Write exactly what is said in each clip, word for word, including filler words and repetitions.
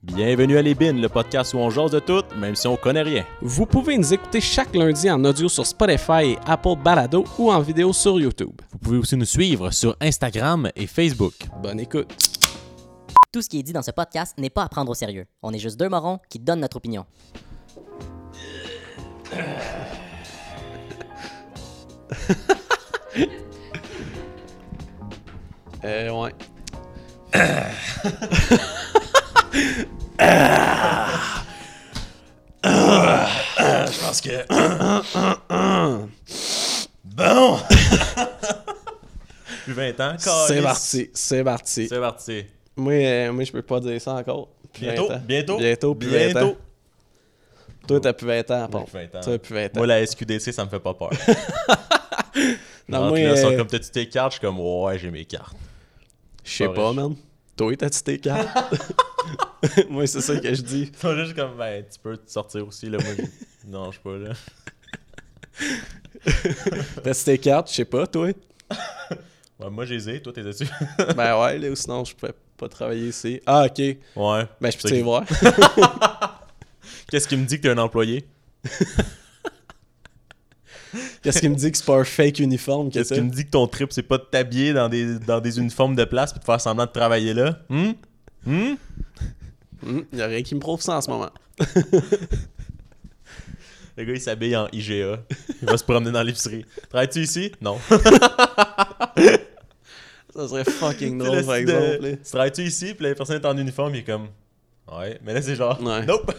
Bienvenue à Les Bines, le podcast où on jase de tout, même si on connaît rien. Vous pouvez nous écouter chaque lundi en audio sur Spotify et Apple Balado ou en vidéo sur YouTube. Vous pouvez aussi nous suivre sur Instagram et Facebook. Bonne écoute. Tout ce qui est dit dans ce podcast n'est pas à prendre au sérieux. On est juste deux morons qui donnent notre opinion. euh, ouais. Je pense que... Bon! Depuis vingt ans, C'est parti, c'est parti. C'est parti. Moi, euh, moi je peux pas dire ça encore. Bientôt, bientôt, bientôt, plus vingt ans. bientôt. Toi, t'as plus vingt ans, Moi, Paul. plus vingt ans. Toi, plus vingt ans. Moi, la S Q D C, ça me fait pas peur. Non, Genre, moi, là, ils sont euh, comme, t'as-tu tes cartes? Je suis comme, ouais, j'ai mes cartes. je sais Pas pas, vrai. man. Toi, t'as-tu tes cartes? Moi, c'est ça que je dis. Ils sont juste comme, ben, tu peux te sortir aussi, là. Moi, je... non, je suis pas là. T'as-tu tes cartes? Je sais pas, toi. Ouais, moi, je les ai. Toi, t'es dessus. Ben ouais, là, ou sinon, je pourrais pas travailler ici. Ah, ok. Ouais. Ben, je peux C'est te les qui- voir. Qu'est-ce qui me dit que t'es un employé? Qu'est-ce qui me dit que c'est pas un fake uniforme? Qu'est-ce qui me dit que ton trip, c'est pas de t'habiller dans des, dans des uniformes de place puis de faire semblant de travailler là? Hum? Hum? Il y a rien qui me prouve ça en ce moment. Le gars, il s'habille en I G A. Il va se promener dans l'épicerie. Travailles-tu ici? Non. Ça serait fucking Tu sais, drôle, le par style de- exemple. là. Tu travailles-tu ici? Puis la personne est en uniforme, il est comme... Ouais. Mais là, c'est genre... Ouais. Nope!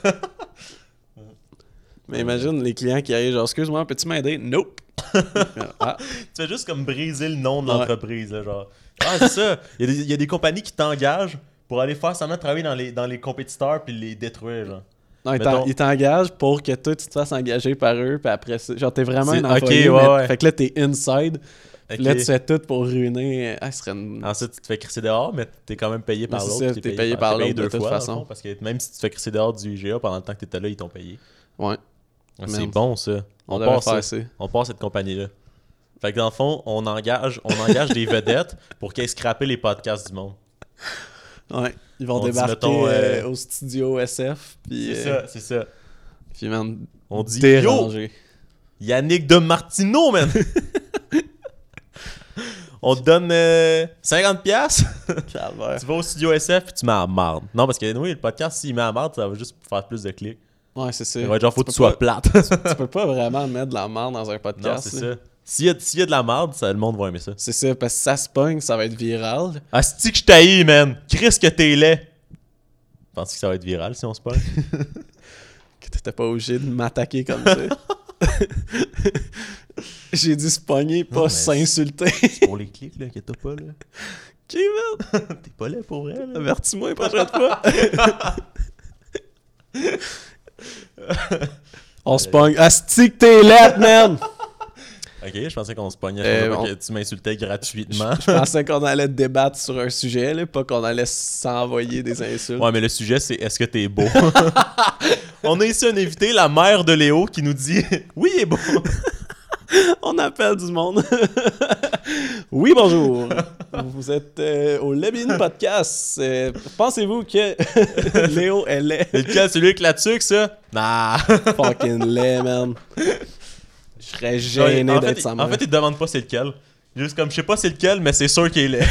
Mais imagine les clients qui arrivent genre, excuse-moi, peux-tu m'aider? Nope. Ah, Tu fais juste comme briser le nom de Ouais. l'entreprise, là, genre. Ah, c'est ça. Il y, a des, il y a des compagnies qui t'engagent pour aller faire semblant de travailler dans les, dans les compétiteurs puis les détruire, genre. non, ils, Mettons- t'en- ils t'engagent pour que toi, tu te fasses engager par eux, puis après ça, genre, t'es vraiment C'est- un employé, ok, ouais, mais- ouais. fait que là, t'es inside, puis là, Ok. tu fais tout pour ruiner. Ah, ce serait une... Ensuite, tu te fais crisser dehors, mais t'es quand même payé par Mais c'est l'autre. ça, puis t'es payé par t'es l'autre de deux toute fois, dans le façon. fond, parce que même si tu te fais crisser dehors du I G A pendant le temps que t'étais là, ils t'ont payé. Ouais, Ah, Man. c'est bon, ça. on, On, devrait part faire ça. ça. On part cette compagnie-là. Fait que dans le fond, on engage, on engage des vedettes pour qu'ils aient scrappé les podcasts du monde. Ouais, ils vont On dit, débarquer mettons, euh, euh, au studio S F, puis... C'est euh, ça, c'est ça. Puis, man, On dit, yo, déranger. Yannick de Martino, man! On te donne euh, cinquante piastres. Calvaire. Tu vas au studio S F puis tu mets à la marde. Non, parce que oui, le podcast, s'il met à la marde, ça va juste faire plus de clics. Ouais, c'est ça. Il va être genre, faut que peux tu sois pas- plate. Tu peux pas vraiment mettre de la merde dans un Non, podcast. c'est là. ça. S'il y, a, s'il y a de la marde, ça, le monde va aimer ça. C'est ça, parce que ça se pogne, ça va être viral. Asti que je t'haïs, man! Chris que t'es laid! Penses-tu que ça va être viral si on se pogne? Que t'étais pas obligé de m'attaquer comme ça. J'ai dit se pogner, pas Non, mais s'insulter. C'est pour les clics, là, que t'as pas, là. Kevin, T'es pas laid pour vrai, là. avertis-moi la prochaine fois. On se pogne. Asti que t'es laid, man! Ok, je pensais qu'on se pognait. Euh, Je pensais on- pas que tu m'insultais gratuitement. Je pensais qu'on allait débattre sur un sujet, là, pas qu'on allait s'envoyer des insultes. Ouais, mais le sujet, c'est est-ce que t'es beau? On a ici un invité, la mère de Léo, qui nous dit oui, il est beau. On appelle du monde. Oui, bonjour. Vous êtes euh, au Labine Podcast. Euh, pensez-vous que Léo est laid? C'est lequel, celui avec la tuque, ça? Nah. Fucking laid, man. Je serais gêné en, d'être fait, sa il- mère. en fait, il te demande pas c'est lequel. Juste comme, je sais pas c'est lequel, mais c'est sûr qu'il est laid.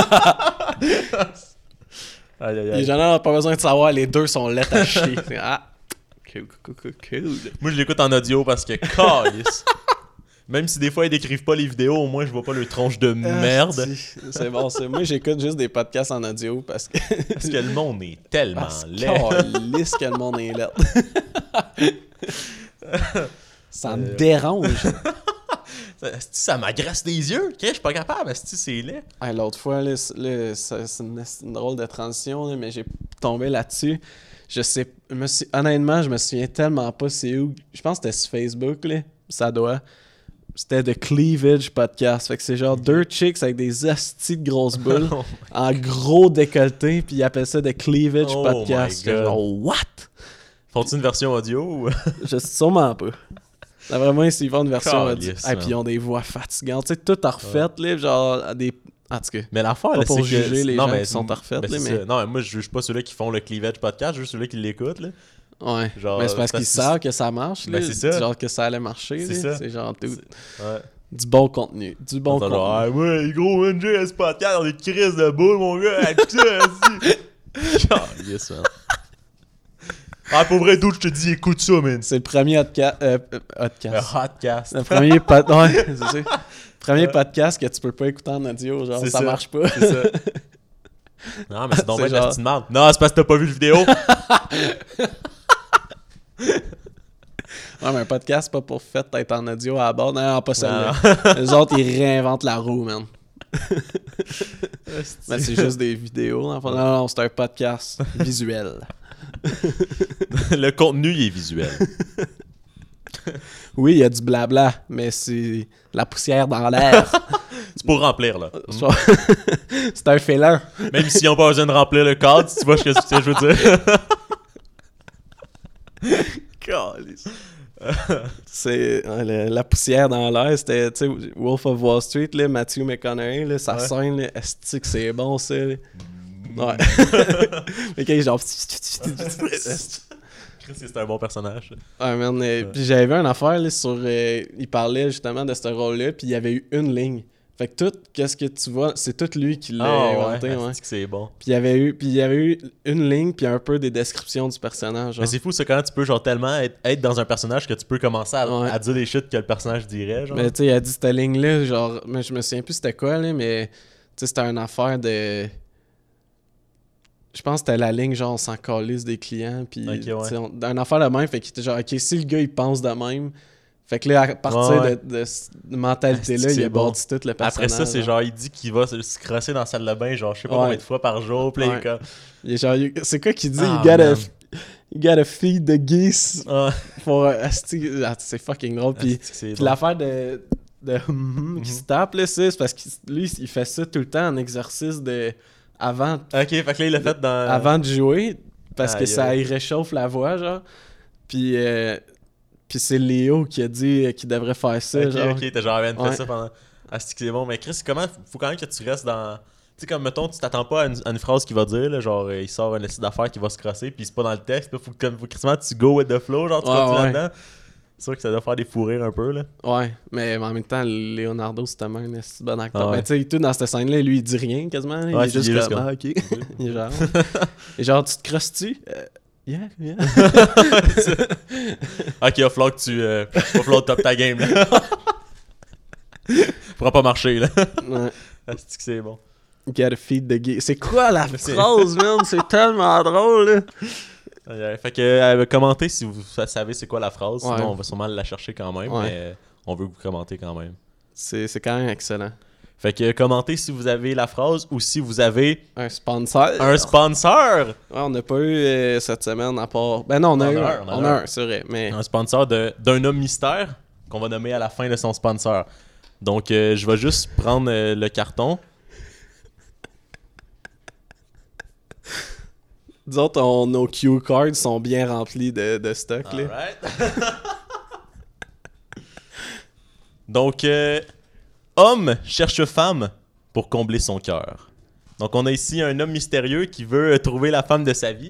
Aïe, aïe, Les aïe. gens n'ont pas besoin de savoir, les deux sont laids à chier. C'est- Ah, cool, cool, cool, cool. Moi, je l'écoute en audio parce que, calice. Même si des fois, ils décrivent pas les vidéos, au moins, je vois pas le tronche de merde. Asti, c'est bon, c'est... Moi, j'écoute juste des podcasts en audio parce que... Parce que le monde est tellement Parce laid. que lisse que le monde est laid. Ça me Euh. dérange. Ça, asti, ça m'agresse les yeux. Ok, je suis pas capable. Asti, c'est laid. Hey, l'autre fois, là, c'est, là, ça- c'est une, c'est une drôle de transition, là, mais j'ai tombé là-dessus. Je sais, je me suis- honnêtement, je me souviens tellement pas c'est où. Je pense que c'était sur Facebook, là. Ça doit. C'était The Cleavage Podcast. Fait que c'est genre deux chicks avec des hosties de grosses boules Oh en gros décolleté, puis ils appellent ça The Cleavage Oh Podcast. my God. Genre, what? Font-ils une version audio ou... Je sais sûrement pas. Là, vraiment, s'ils font une version. Calisse, Et puis ils man. ont des voix fatigantes. Tu sais, tout à refait, là, genre des, En tout cas, Mais l'affaire, pas là, pour c'est juger que... les non, gens mais qui sont c'est- parfaits, ben, là, c'est mais- ça. Non, mais moi, je juge pas ceux-là qui font le cleavage podcast, je juge ceux-là qui l'écoutent, là. Ouais. Genre, mais c'est parce parce qu'ils que savent que ça marche, Ben, là. c'est ça. Genre que ça allait marcher, C'est là. ça. C'est genre tout- Ouais. du bon contenu. Du bon Attends, contenu. genre, ah, ouais, les gros N J S podcast, on est crises de boule, mon gars. Avec ça, aussi. Genre, yes, man. Ah, pour vrai, d'autres, je te dis, écoute ça, man. C'est le premier hotca- euh, euh, Un podcast. podcast. Le premier, pod- ouais, c'est ça. premier podcast que tu peux pas écouter en audio. Genre, C'est ça, ça. marche pas. C'est ça. Non, mais c'est donc C'est bien de la genre- petite merde. Non, c'est parce que t'as pas vu le vidéo. Ouais, mais un podcast, c'est pas pour fait d'être en audio à la base. Non, non, pas celle-là. Les autres, ils réinventent la roue, man. Mais c'est juste des vidéos. Non, non, non, c'est un podcast visuel. Le contenu, il est visuel. Oui, il y a du blabla, mais c'est la poussière dans l'air. C'est pour remplir, là. C'est un félin. Même s'ils n'ont pas besoin de remplir le cadre, si tu vois ce que, ce que je veux dire. C'est euh, le- la poussière dans l'air, c'était, tu sais, Wolf of Wall Street, là, Matthew McConaughey, là, sa Ouais. scène, là, est-ce que c'est bon, ça? là? Ouais. Le gars, il est genre... Chris, c'est un bon personnage. Ouais, man, euh, puis j'avais vu une affaire, là, sur... euh, il parlait, justement, de ce rôle-là, puis il y avait eu une ligne. Fait que tout, qu'est-ce que tu vois, c'est tout lui qui l'a Ah inventé, ouais, ouais. c'est que c'est bon. Puis il y avait eu, puis il y avait eu une ligne, puis un peu des descriptions du personnage, genre. Mais c'est fou, c'est quand tu peux genre tellement être, être dans un personnage que tu peux commencer à, Ouais. à dire des shit que le personnage dirait, genre. Mais tu sais, il a dit cette ligne-là, genre, mais je me souviens plus c'était quoi, là, mais tu sais, c'était une affaire de. Je pense que c'était la ligne, genre, on s'en calisse des clients, puis. Ok, tu sais, ouais. on- une affaire de même, fait qu'il était genre, ok, si le gars il pense de même. Fait que là, à partir Ouais, ouais. de, de cette mentalité-là, Asti que il c'est a bon. bâti tout le personnage. Après ça, c'est hein. genre, il dit qu'il va se, se crosser dans la salle de bain, genre, je sais pas Ouais. combien de fois par jour, pis là, il est Ouais. comme. Il est genre, you- c'est quoi qu'il dit? Ah, you, gotta, man. you gotta feed the geese Ah, pour. euh, asti- ah, c'est fucking drôle. Puis. asti que c'est Puis bon. l'affaire de, de hum, hum qui se tape, là, c'est c'est parce que lui, il fait ça tout le temps en exercice de. Avant, Ok, fait que là, il l'a fait dans. avant de jouer, parce que Aïe, ça aïe. il réchauffe la voix, genre. Puis, euh, puis c'est Léo qui a dit euh, qu'il devrait faire ça, Ok, genre. ok, t'as genre bien fait Ouais. ça pendant. Asti que c'est bon, mais Chris, comment. Faut quand même que tu restes dans. Tu sais, comme mettons, tu t'attends pas à une, à une phrase qu'il va dire, là, genre, euh, il sort un essai d'affaires qui va se crosser, puis c'est pas dans le texte, là, faut que faut quasiment tu go with the flow, genre, tu Ouais, continues ouais. là-dedans. C'est sûr que ça doit faire des fous rires un peu, là. Ouais, mais en même temps, Leonardo, c'est tellement un esti de bon acteur. Ah ouais. Mais tu sais, tout dans cette scène-là, lui, il dit rien quasiment. là. Il Ouais, est juste il est juste comme, comme- ah, ok. il est genre, et genre, tu te crosses-tu? Euh, yeah, yeah. Ok, il va falloir que tu. Euh, va falloir top ta game, là. Pourra pas marcher, là. Ouais. Asti que c'est bon. Gotta feed the geese. C'est quoi la C'est- phrase, man? C'est tellement drôle, là. Aïe, aïe. Fait que euh, commentez si vous savez c'est quoi la phrase, Ouais. sinon on va sûrement la chercher quand même, Ouais. mais euh, on veut que vous commentez quand même. C'est c'est quand même excellent. Fait que euh, commentez si vous avez la phrase ou si vous avez Un sponsor. un sponsor. Ouais, on n'a pas eu euh, cette semaine à part. Ben non, on a On eu a un. un, on a On a un. un, c'est vrai. Mais Un sponsor de- d'un homme mystère qu'on va nommer à la fin de son sponsor. Donc euh, je vais juste prendre euh, le carton. disons, ton, nos cue cards sont bien remplis de, de stock. Là. Alright. Donc, euh, homme cherche femme pour combler son cœur. Donc, on a ici un homme mystérieux qui veut euh, trouver la femme de sa vie.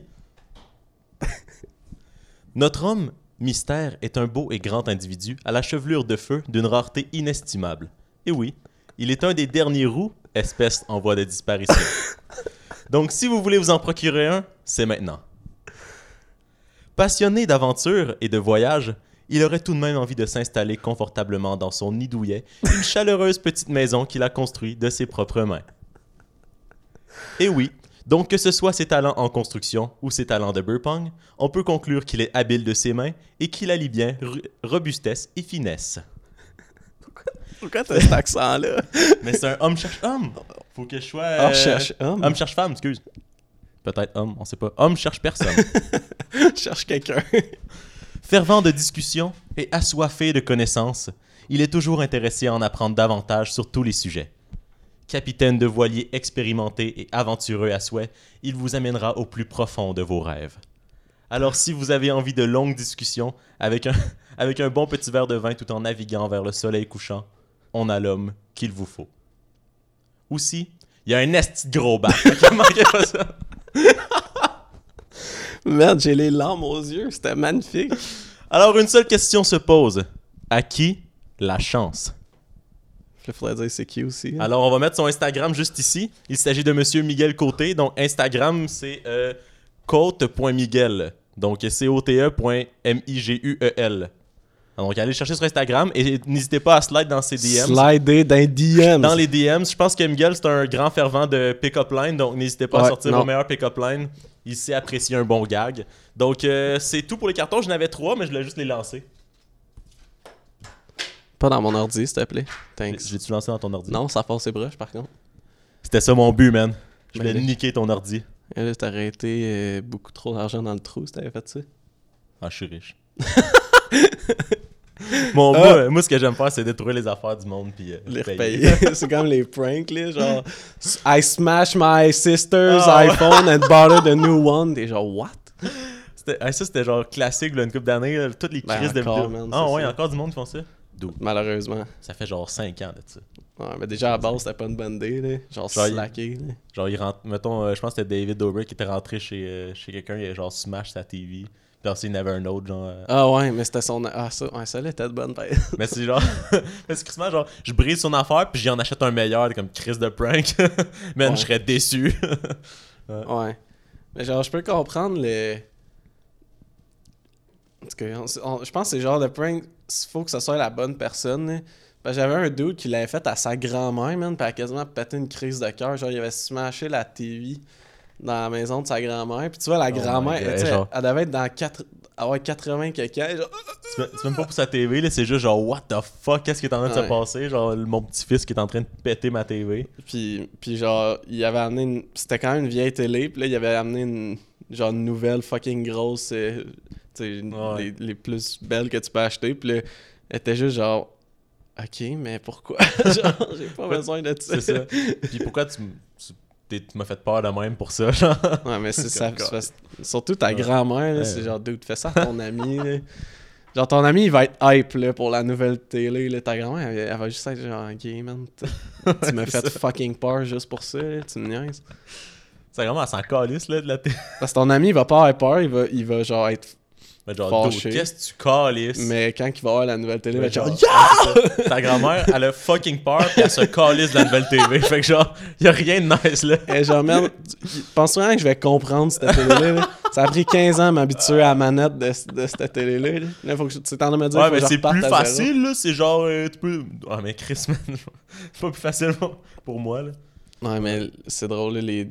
Notre homme mystère est un beau et grand individu à la chevelure de feu d'une rareté inestimable. Et oui, il est un des derniers roux, espèce en voie de disparition. Donc, si vous voulez vous en procurer un, c'est maintenant. Passionné d'aventure et de voyage, il aurait tout de même envie de s'installer confortablement dans son nid douillet, une chaleureuse petite maison qu'il a construite de ses propres mains. Et oui, donc que ce soit ses talents en construction ou ses talents de beer pong, on peut conclure qu'il est habile de ses mains et qu'il allie bien ru- robustesse et finesse. Pourquoi t'as cet accent-là? Mais c'est un homme cherche homme. Faut que je sois... Ah, euh, cherche homme. Homme cherche femme, excuse. Peut-être homme, on sait pas. Homme cherche personne. Cherche quelqu'un. Fervent de discussion et assoiffé de connaissances, il est toujours intéressé à en apprendre davantage sur tous les sujets. Capitaine de voilier expérimenté et aventureux à souhait, il vous amènera au plus profond de vos rêves. Alors si vous avez envie de longues discussions avec un, avec un bon petit verre de vin tout en naviguant vers le soleil couchant, on a l'homme qu'il vous faut. Aussi, il y a un esti de gros bac. Fait qu'il manquait pas ça. Merde, j'ai les larmes aux yeux. C'était magnifique. Alors, une seule question se pose. À qui la chance? Il faudrait dire c'est qui aussi. Hein? Alors, on va mettre son Instagram juste ici. Il s'agit de Monsieur Miguel Côté. Donc, Instagram, c'est euh, côte point miguel. Donc, C O T E point M I G U E L. Donc, allez le chercher sur Instagram et n'hésitez pas à slide dans ses D M. Slider dans les D M. Dans les D M. Je pense que Miguel, c'est un grand fervent de pick-up line. Donc, n'hésitez pas Ouais, à sortir non. vos meilleurs pick-up line. Il sait apprécier un bon gag. Donc, euh, c'est tout pour les cartons. J'en avais trois, mais je voulais juste les lancer. Pas dans mon ordi, s'il te plaît. Thanks. J'ai-tu lancé dans ton ordi? Non, ça passe ses broches, par contre. C'était ça mon but, man. Je Ben voulais là. niquer ton ordi. Et là, t'aurais été euh, beaucoup trop d'argent dans le trou si t'avais fait ça. Ah, je suis riche. Bon, Ah. moi, moi, ce que j'aime faire, c'est détruire les affaires du monde puis euh, Les payer. repayer. C'est comme les pranks, là. Genre, I smashed my sister's Ah, ouais. iPhone and bought her the new one. T'es genre, what? C'était- ah, ça, c'était genre classique, là, une couple d'années. là, Toutes les Ben, crises de encore, vidéos. man, Ah c'est ouais, ça. encore du monde qui font ça. D'où? Malheureusement. Ça fait genre cinq ans de ça. Ouais, mais déjà, à la base, c'était pas une bonne idée, là. Genre, Genre, il- slacker, là. Genre, il rentre, mettons, euh, je pense que c'était David Dobrik qui était rentré chez, euh, chez quelqu'un, il a genre smash sa T V. Puis ensuite, il y en avait un autre, genre. euh, Ah ouais, mais c'était son... Ah, ça, ouais, ça, là, était de bonne paix. Mais c'est genre. Mais c'est crissement genre, je brise son affaire, puis j'y en achète un meilleur, comme Chris de prank. Man, Ouais. je serais déçu. Ouais. Mais genre, je peux comprendre le... En tout cas, on- on- je pense que c'est genre de prank, il faut que ce soit la bonne personne, là. Parce que j'avais un dude qui l'avait fait à sa grand-mère, man, puis elle a quasiment pété une crise de cœur. Genre, il avait smashé la T V dans la maison de sa grand-mère. Puis tu vois, la Oh my grand-mère, God, tu sais, genre- elle devait être dans quatre... avoir quatre-vingts quelqu'un, genre... C'est même- c'est même pas pour sa T V, là, c'est juste genre, what the fuck, qu'est-ce qui est en train de se Ouais. passer? Genre, le- mon petit-fils qui est en train de péter ma T V. Puis, puis genre, il avait amené une... C'était quand même une vieille télé, puis là, il avait amené une... Genre, une nouvelle fucking grosse... euh, tu sais, une- Ouais. les, les plus belles que tu peux acheter. Puis là, elle était juste genre... OK, mais pourquoi? Genre, j'ai pas besoin de ça. C'est ça. Puis pourquoi tu, m- tu, t'es- tu m'as fait peur de même pour ça, genre? Ouais, mais c'est ça. Comme c'est- Surtout ta Ouais. grand-mère, là, Ouais. c'est genre, dude, fais ça à ton ami, là. Genre, ton ami, il va être hype, là, pour la nouvelle télé, là. Ta grand-mère, elle, elle va juste être genre, OK, man, t- tu m'as C'est fait ça. fucking peur juste pour ça, là, tu me niaises. C'est vraiment, elle s'en calisse, là, de la T V. Parce que ton ami, il va pas avoir peur, il va, il va genre être... Mais genre, dude, Fâché. qu'est-ce que tu calisses? Mais quand il va avoir la nouvelle télé, il va Ouais, être genre, genre, yeah! ouais, c'est ça. Ta grand-mère, elle a fucking peur, puis elle se calisse de la nouvelle T V. Fait que genre, y a rien de nice, là. Et genre, merde, tu- penses vraiment que je vais comprendre cette télé-là? Là? Ça a pris quinze ans à m'habituer à la manette de, de cette télé-là. Là, Là, faut que je- tu es en train de me dire Ouais, faut mais que je c'est reparte plus à zéro. facile, là. C'est genre, euh, tu peux. Ah, mais Chris, man, c'est pas plus facile pour moi, là. Ouais, mais c'est drôle, là, les...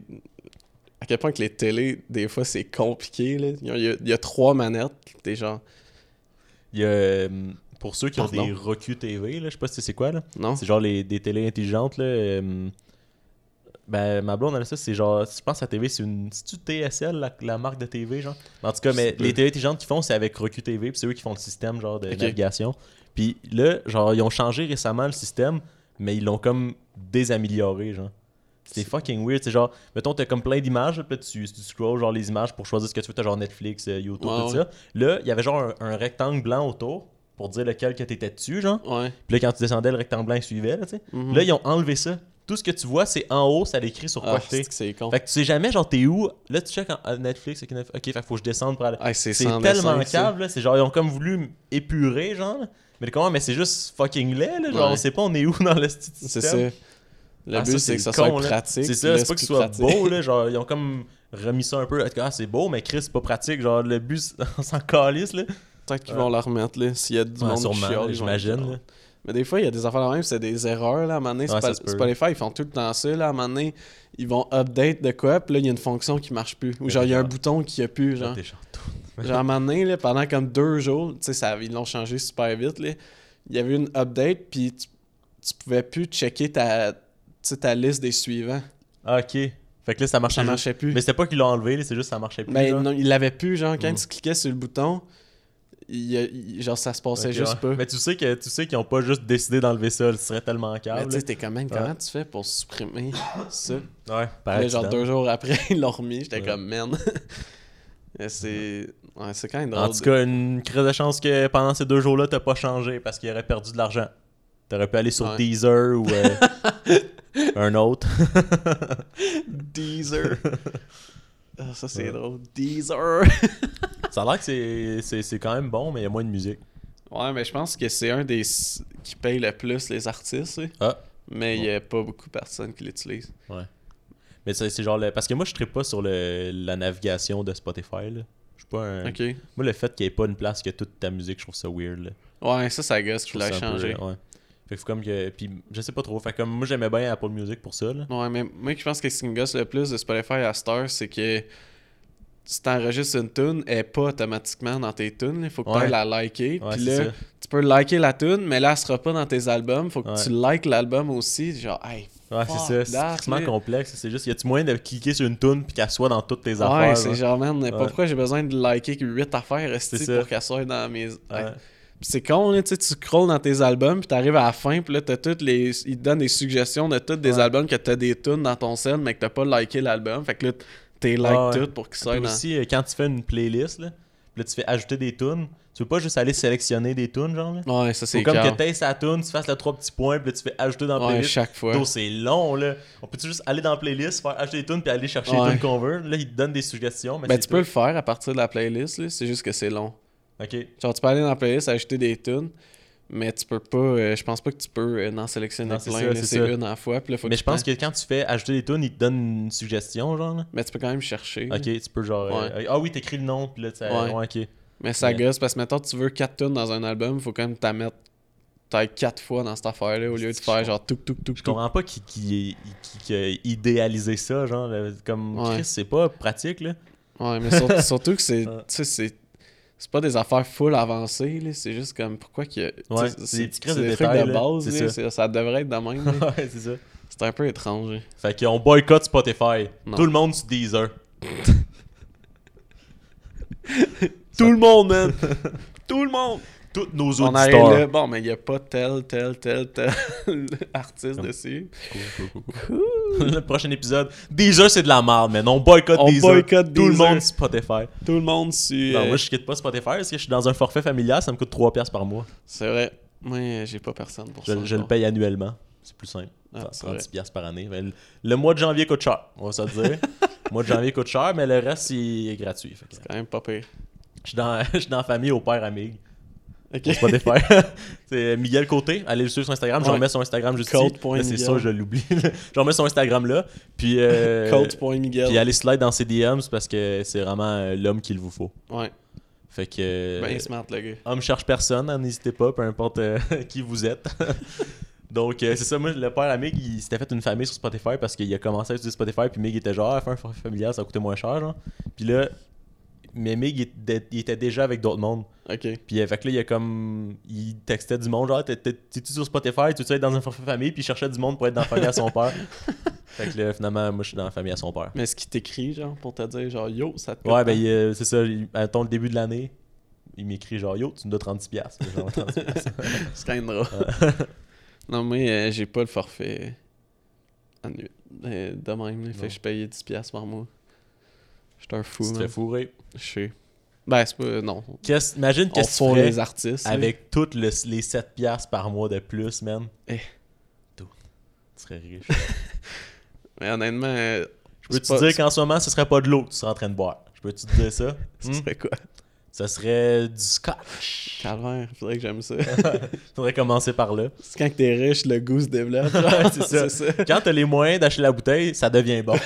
à quel point que les télés, des fois, c'est compliqué. Là. Il, y a, il y a trois manettes, t'es genre... Il y a. euh, pour ceux qui ont Pardon. des Roku T V, là, je sais pas si c'est quoi, là. Non? C'est genre les, des télés intelligentes, là. euh, ben, ma blonde, elle a ça, c'est genre. Je pense que la T V, c'est une. C'est-tu T S L, la, la marque de T V, genre? En tout cas, Je mais sais pas. les télés intelligentes qu'ils font, c'est avec Roku T V, puis c'est eux qui font le système, genre, de Ok. navigation. Puis là, genre, ils ont changé récemment le système, mais ils l'ont comme désamélioré, genre. C'est fucking weird, c'est genre, mettons, t'as comme plein d'images, puis là, tu, tu scrolls genre les images pour choisir ce que tu veux, t'as genre Netflix, euh, YouTube, Ouais, tout ouais. ça. Là, il y avait genre un, un rectangle blanc autour pour dire lequel que t'étais dessus, genre. Ouais. Puis là, quand tu descendais, le rectangle blanc il suivait, là, tu sais. Mhm. Là, ils ont enlevé ça. Tout ce que tu vois, c'est en haut, ça l'écrit sur quoi Ah, que t'es. c'est que c'est con. Fait que tu sais jamais, genre, t'es où. Là, tu checkes en à Netflix, ok, Netflix, ok, fait qu'il faut que je descende pour aller. Ah, c'est C'est sans tellement dessin, ça. cave, là. C'est genre, ils ont comme voulu m- épurer, genre. là. Mais comment, mais c'est juste fucking laid, là. Genre, Ouais. on sait pas, on est où dans le style C'est ça. Le Ah, but, ça, c'est que ça con, soit là. pratique. C'est puis ça, là, c'est pas que ce plus soit pratique. beau, là. Genre, ils ont comme remis ça un peu. Ah, c'est beau, mais Chris, c'est pas pratique. Genre, le but, c'est- on s'en calisse, là. Peut-être qu'ils Ouais. vont la remettre, là. S'il y a du Ouais, monde sûrement, qui chiale, là, ils vont j'imagine, dire, là. Mais des fois, il y a des affaires de même, c'est des erreurs, là. À un moment donné, Ouais, Spo- ça se peut. Spotify, ils font tout le temps ça, là. À un moment donné, ils vont update de quoi, puis là, il y a une fonction qui marche plus. Ou genre, il y a un genre- bouton qui a plus, genre. T'es genre, Genre, à un moment donné, là, pendant comme deux jours, tu sais, ça- ils l'ont changé super vite, là. Il y avait une update, puis tu, tu pouvais plus checker ta, tu sais, ta liste des suivants. Ah, ok. Fait que là, ça marchait Ça juste. marchait plus. Mais c'était pas qu'ils l'ont enlevé, là, c'est juste que ça marchait plus. Ben genre. non, il l'avait plus, genre, quand Mm. tu cliquais sur le bouton, il, y a- il- genre, ça se passait Ok, juste ouais. pas. Mais tu sais que tu sais qu'ils ont pas juste décidé d'enlever ça, ce serait tellement Mais câble. tu sais, t'es quand même, Ouais. comment tu fais pour supprimer ça? Ouais, Puis par là, genre, accident. deux jours après, ils l'ont remis, j'étais Ouais. comme, man. Et c'est... Ouais, c'est quand même drôle. En tout cas, une crise de chance que pendant ces deux jours-là, t'as pas changé parce qu'il aurait perdu de l'argent. T'aurais pu aller sur Ouais. Deezer ou euh, un autre. Deezer. Ah, ça, c'est Ouais. drôle. Deezer. Ça a l'air que c'est, c'est, c'est quand même bon, mais il y a moins de musique. Ouais, mais je pense que c'est un des s- qui paye le plus les artistes. là. Ah. Mais il n'y a pas beaucoup de personnes qui l'utilisent. Ouais. Mais c'est, c'est genre... Le... Parce que moi, je ne pas sur le, la navigation de Spotify, là. Je suis pas un... Ok. Moi, le fait qu'il n'y ait pas une place que toute ta musique, je trouve ça weird, là. Ouais, ça, ça gosse Je qu'il trouve a ça un peu, changé. ouais. Fait que faut comme que... Puis, je sais pas trop. Fait que comme moi, j'aimais bien Apple Music pour ça, là. Ouais, mais moi, je pense que ce qui me gosse le plus de Spotify à Star, c'est que si t'enregistres une tune, elle est pas automatiquement dans tes tunes. Il faut que tu Ouais. la liker. Ouais, Puis c'est là, ça. tu peux liker la tune, mais là, elle sera pas dans tes albums. Faut que Ouais. tu likes l'album aussi. Genre, hey, Ouais, fuck c'est ça. C'est that, tellement là. complexe. C'est juste, y a-tu moyen de cliquer sur une tune puis qu'elle soit dans toutes tes Ouais, affaires? c'est là? genre, man, Ouais. pourquoi j'ai besoin de liker huit affaires esti, C'est ça. pour qu'elles soient dans mes. Ouais. Ouais. Puis c'est con, là, tu sais, tu scrolls dans tes albums, puis t'arrives à la fin, puis là, t'as toutes les. Ils te donnent des suggestions de tous des Ouais. albums que t'as des tunes dans ton set, mais que t'as pas liké l'album. Fait que là, t'es like Ah ouais. toutes pour qu'ils soient Puis dans. aussi, euh, quand tu fais une playlist, là, puis là, tu fais ajouter des tunes, tu veux pas juste aller sélectionner des tunes, genre, là? Ouais, ça, c'est Faut comme calme. que t'aies sa tune, tu fasses les trois petits points, puis là, tu fais ajouter dans la Ouais, playlist. chaque fois. Donc, c'est long, là. On peut-tu juste aller dans la playlist, faire ajouter des tunes, puis aller chercher Ouais. les tunes qu'on veut? Là, ils te donnent des suggestions, mais Ben, c'est tu tout. peux le faire à partir de la playlist, là. C'est juste que c'est long. Ok. Genre, tu peux aller dans la playlist, ajouter des tunes, mais tu peux pas. euh, je pense pas que tu peux euh, en sélectionner Non, c'est plein. ça, là. c'est C'est ça. une à la fois. Puis là, faut Mais que je tu pense que prennes- quand tu fais ajouter des tunes, ils te donnent une suggestion, genre, là. Mais tu peux quand même chercher. là. Ok, tu peux genre. euh, Ouais. ah oui, t'écris le nom, puis là, tu Ouais. ouais, ok. Mais ça Mais- gosse parce que maintenant tu veux quatre tunes dans un album, faut quand même t'en mettre peut-être quatre fois dans cette affaire-là au lieu de Je faire comprends. genre tout tout tout Je tout. comprends pas qui, qui, qui, qui a idéalisé ça, genre. là, Comme Ouais. Chris, c'est pas pratique, là. Ouais, mais sur- surtout que c'est Ouais. tu sais c'est c'est pas des affaires full avancées là, c'est juste comme pourquoi qu'il y a tu Ouais, sais, c'est des petits crises c'est de des trucs détails, de là, base c'est là, ça. c'est- ça devrait être de même. là. Ouais, c'est ça. C'est un peu étrange. là. Fait qu'on boycotte Spotify. Non. Tout le monde sur Deezer. Tout le monde, man. Tout le monde. Tous nos On arrive auditeurs. là, bon, mais il y a pas tel tel tel tel artiste Comme- dessus. Cool, cool, cool, cool. Le prochain épisode. Deezer, c'est de la merde, man. On boycotte On Deezer. boycotte Tout le Deezer. monde sur Spotify. Tout le monde sur Non, euh, moi, je quitte pas Spotify parce que je suis dans un forfait familial. Ça me coûte trois piastres par mois. c'est vrai. Moi, j'ai pas personne pour Je, ça. je le encore. paye annuellement. C'est plus simple. Ah, Ça, c'est trente-six piastres par année. Mais le, le mois de janvier coûte cher, on va se le dire. Le mois de janvier coûte cher, mais le reste, il est gratuit. Fait que, C'est quand même pas pire. je suis dans, je suis dans la famille au père Amig. Ok. Sur Spotify. C'est Miguel Côté. Allez le suivre sur Instagram. Je Ouais. remets son Instagram juste Code ici. point Là, c'est Miguel. sûr, je l'oublie. Je remets son Instagram là. Puis, euh, Coach.Miguel. puis allez slide dans ses D Ms parce que c'est vraiment euh, l'homme qu'il vous faut. Ouais. Fait que. euh, Ben smart, le gars. Homme cherche personne, hein, n'hésitez pas, peu importe euh, qui vous êtes. Donc, euh, c'est ça, moi, le père à Mig, il s'était fait une famille sur Spotify parce qu'il a commencé à utiliser Spotify, puis Mig était genre, ah, faire un forfait familial, ça coûtait moins cher, genre. Puis là, mais Mig, il était, il était déjà avec d'autres mondes. Ok. Puis, euh, fait que là, il a comme. Il textait du monde, genre, T'es- t'es- t'es-tu sur Spotify, tu veux être dans un forfait famille, puis il cherchait du monde pour être dans la famille à son père. Fait que là, finalement, moi, je suis dans la famille à son père. Mais est-ce qu'il t'écrit, genre, pour te dire, genre, yo, ça te coûte Ouais, tant? ben, il, euh, c'est ça, il- attends, le début de l'année, il m'écrit genre, yo, tu me dois trente-six piastres. Genre, trente-six piastres. C'est quand même drôle. Non, moi, euh, j'ai pas le forfait annuel. Euh, de même, là. Fait Non. que je payais dix piastres par mois. J'étais un fou, Tu te man. fais fourrer. Je sais. Ben, c'est pas... Non. Qu'est-ce- imagine On qu'est-ce que fourre tu ferais les artistes. là. avec toutes le- les sept piastres par mois de plus, man. Eh. Tout. Tu serais riche. Mais honnêtement, euh, Je peux c'est te pas- dire qu'en ce moment, ce serait pas de l'eau que tu serais en train de boire. Je peux te dire ça? Ce Hmm? serait quoi? Ça serait du scotch. Calvaire, faudrait que j'aime ça. Faudrait commencer par là. C'est quand que t'es riche, le goût se développe. genre. Ouais, c'est ça. c'est ça. Quand t'as les moyens d'acheter la bouteille, ça devient bon.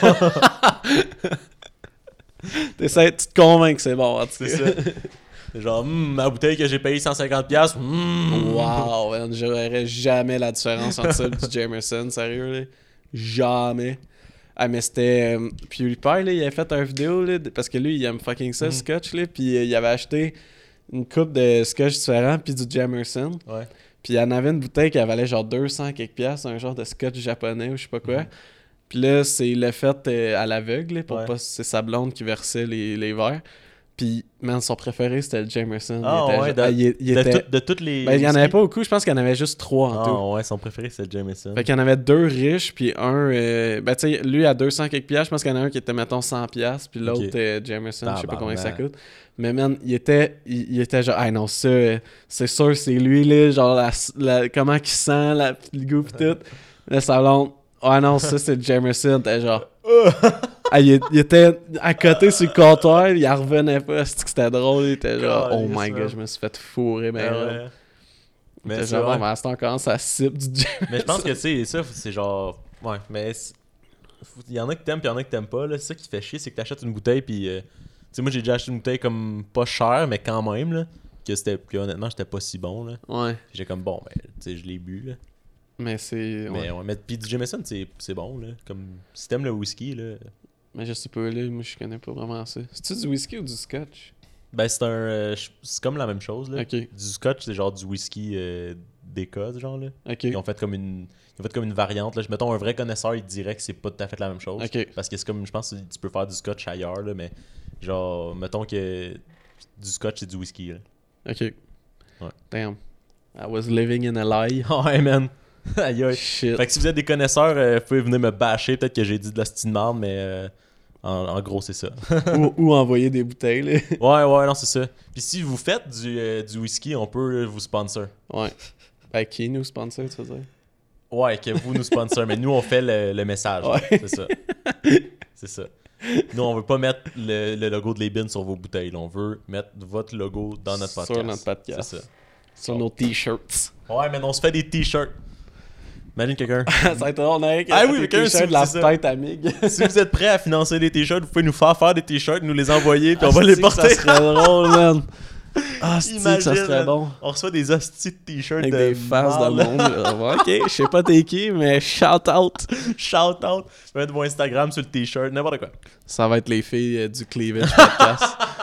T'essaies, tu te convaincs que c'est bon, en tout C'est cas. ça. C'est genre, hmm, ma bouteille que j'ai payée cent cinquante piastres. hmm. Wow, man, je verrais jamais la différence entre ça et du Jamerson, sérieux, là. Jamais. Ah, mais c'était... euh, PewDiePie, là, il avait fait une vidéo, là, de- parce que lui, il aime fucking ça, Mhm. scotch, là, puis euh, il avait acheté une coupe de scotch différent, puis du Jamerson. Ouais. Puis il y en avait une bouteille qui valait genre deux cents quelques piastres, un genre de scotch japonais ou je sais pas quoi. Mhm. Puis là, c'est le fait euh, à l'aveugle, là, pour Ouais. pas... C'est sa blonde qui versait les, les verres. Puis, man, son préféré, c'était le Jameson. Ah, il était, ouais, genre- de, ah, il, il de, était... tout- de toutes les. Ben, il y en whisky. avait pas beaucoup, je pense qu'il y en avait juste trois en Ah, tout. ouais, son préféré, c'est le Jameson. Fait qu'il y en avait deux riches, puis un... euh, ben, tu sais, lui, à deux cents quelques piastres, je pense qu'il y en a un qui était, mettons, cent piastres, puis l'autre, Ok. euh, Jameson, je sais pas combien ça Tabarnak. coûte. Mais, man, il était, il, il était genre, ah non, ça, euh, c'est sûr, c'est lui, là, genre, la, la- comment qu'il sent, la, le goût, pis tout. Le salon, ah non, ça, c'est le Jameson, t'es genre... Ah, il, il était à côté sur le comptoir, il en revenait pas, c'est que c'était drôle, il était genre, oh Calisse, my god, man. je me suis fait fourrer, ben Ah, là. ouais. Mais Mais c'est genre, vrai. bon, ben, à ce temps, on commence à sip du Jameson. Mais je pense que, tu sais, ça, c'est genre. Ouais, mais. c'est- Il y en a que t'aimes, puis il y en a que t'aimes pas, là. C'est ça qui fait chier, c'est que t'achètes une bouteille, puis. euh, Tu sais, moi, j'ai déjà acheté une bouteille comme pas chère, mais quand même, là. Que c'était. Puis honnêtement, j'étais pas si bon, là. Ouais, Puis j'ai comme, bon, ben, tu sais, je l'ai bu, là. mais c'est... Mais Ouais. ouais, mais puis du Jameson, c'est c'est bon, là. Comme. Si t'aimes le whisky, là. Mais je sais pas, là, moi, je connais pas vraiment ça. C'est-tu du whisky ou du scotch? Ben, c'est un. euh, je- c'est comme la même chose, là. Ok, Du scotch, c'est genre du whisky euh, d'Écosse, genre, là. ok, Ils ont fait comme une. Ils ont fait comme une variante, là. Mettons, un vrai connaisseur, il te dirait que c'est pas tout à fait la même chose. ok. Parce que c'est comme, je pense que tu peux faire du scotch ailleurs, là, mais genre, mettons que du scotch, c'est du whisky, là. Ok. Ouais. Damn. I was living in a lie. Ouais, man. Aïe, aïe. Shit. Fait que si vous êtes des connaisseurs, euh, vous pouvez venir me bâcher. Peut-être que j'ai dit de la style marde, mais euh, en, en gros, c'est ça. ou, ou envoyer des bouteilles, là. Ouais, ouais, non, c'est ça. Puis si vous faites du, euh, du whisky, on peut euh, vous sponsor. Ouais. Ben, qui nous sponsor, tu veux dire? Ouais, que vous nous sponsor, mais nous, on fait le, le message. Ouais. C'est ça. C'est ça. Nous, on veut pas mettre le, le logo de Lebin sur vos bouteilles. là. On veut mettre votre logo dans notre Sur podcast. notre podcast. C'est ça. Sur nos t-shirts. Ouais, mais on se fait des t-shirts. Imagine quelqu'un. Ça va être drôle, mec. Ah oui, Des quelqu'un, t-shirts c'est- de la c'est ça. tête amigue. Si vous êtes prêts à financer des t-shirts, vous pouvez nous faire faire des t-shirts, nous les envoyer, puis on va les Asti que porter. Ça serait drôle, man. Ah, c'est que ça Imagine, serait man. bon. On reçoit des hosties de t-shirts Avec de des faces de malade. monde. là. Ouais, ok, je sais pas t'es qui, mais shout out. Shout out. Mettre vos Instagram sur le t-shirt, n'importe quoi. Ça va être les filles euh, du Cleavage Podcast.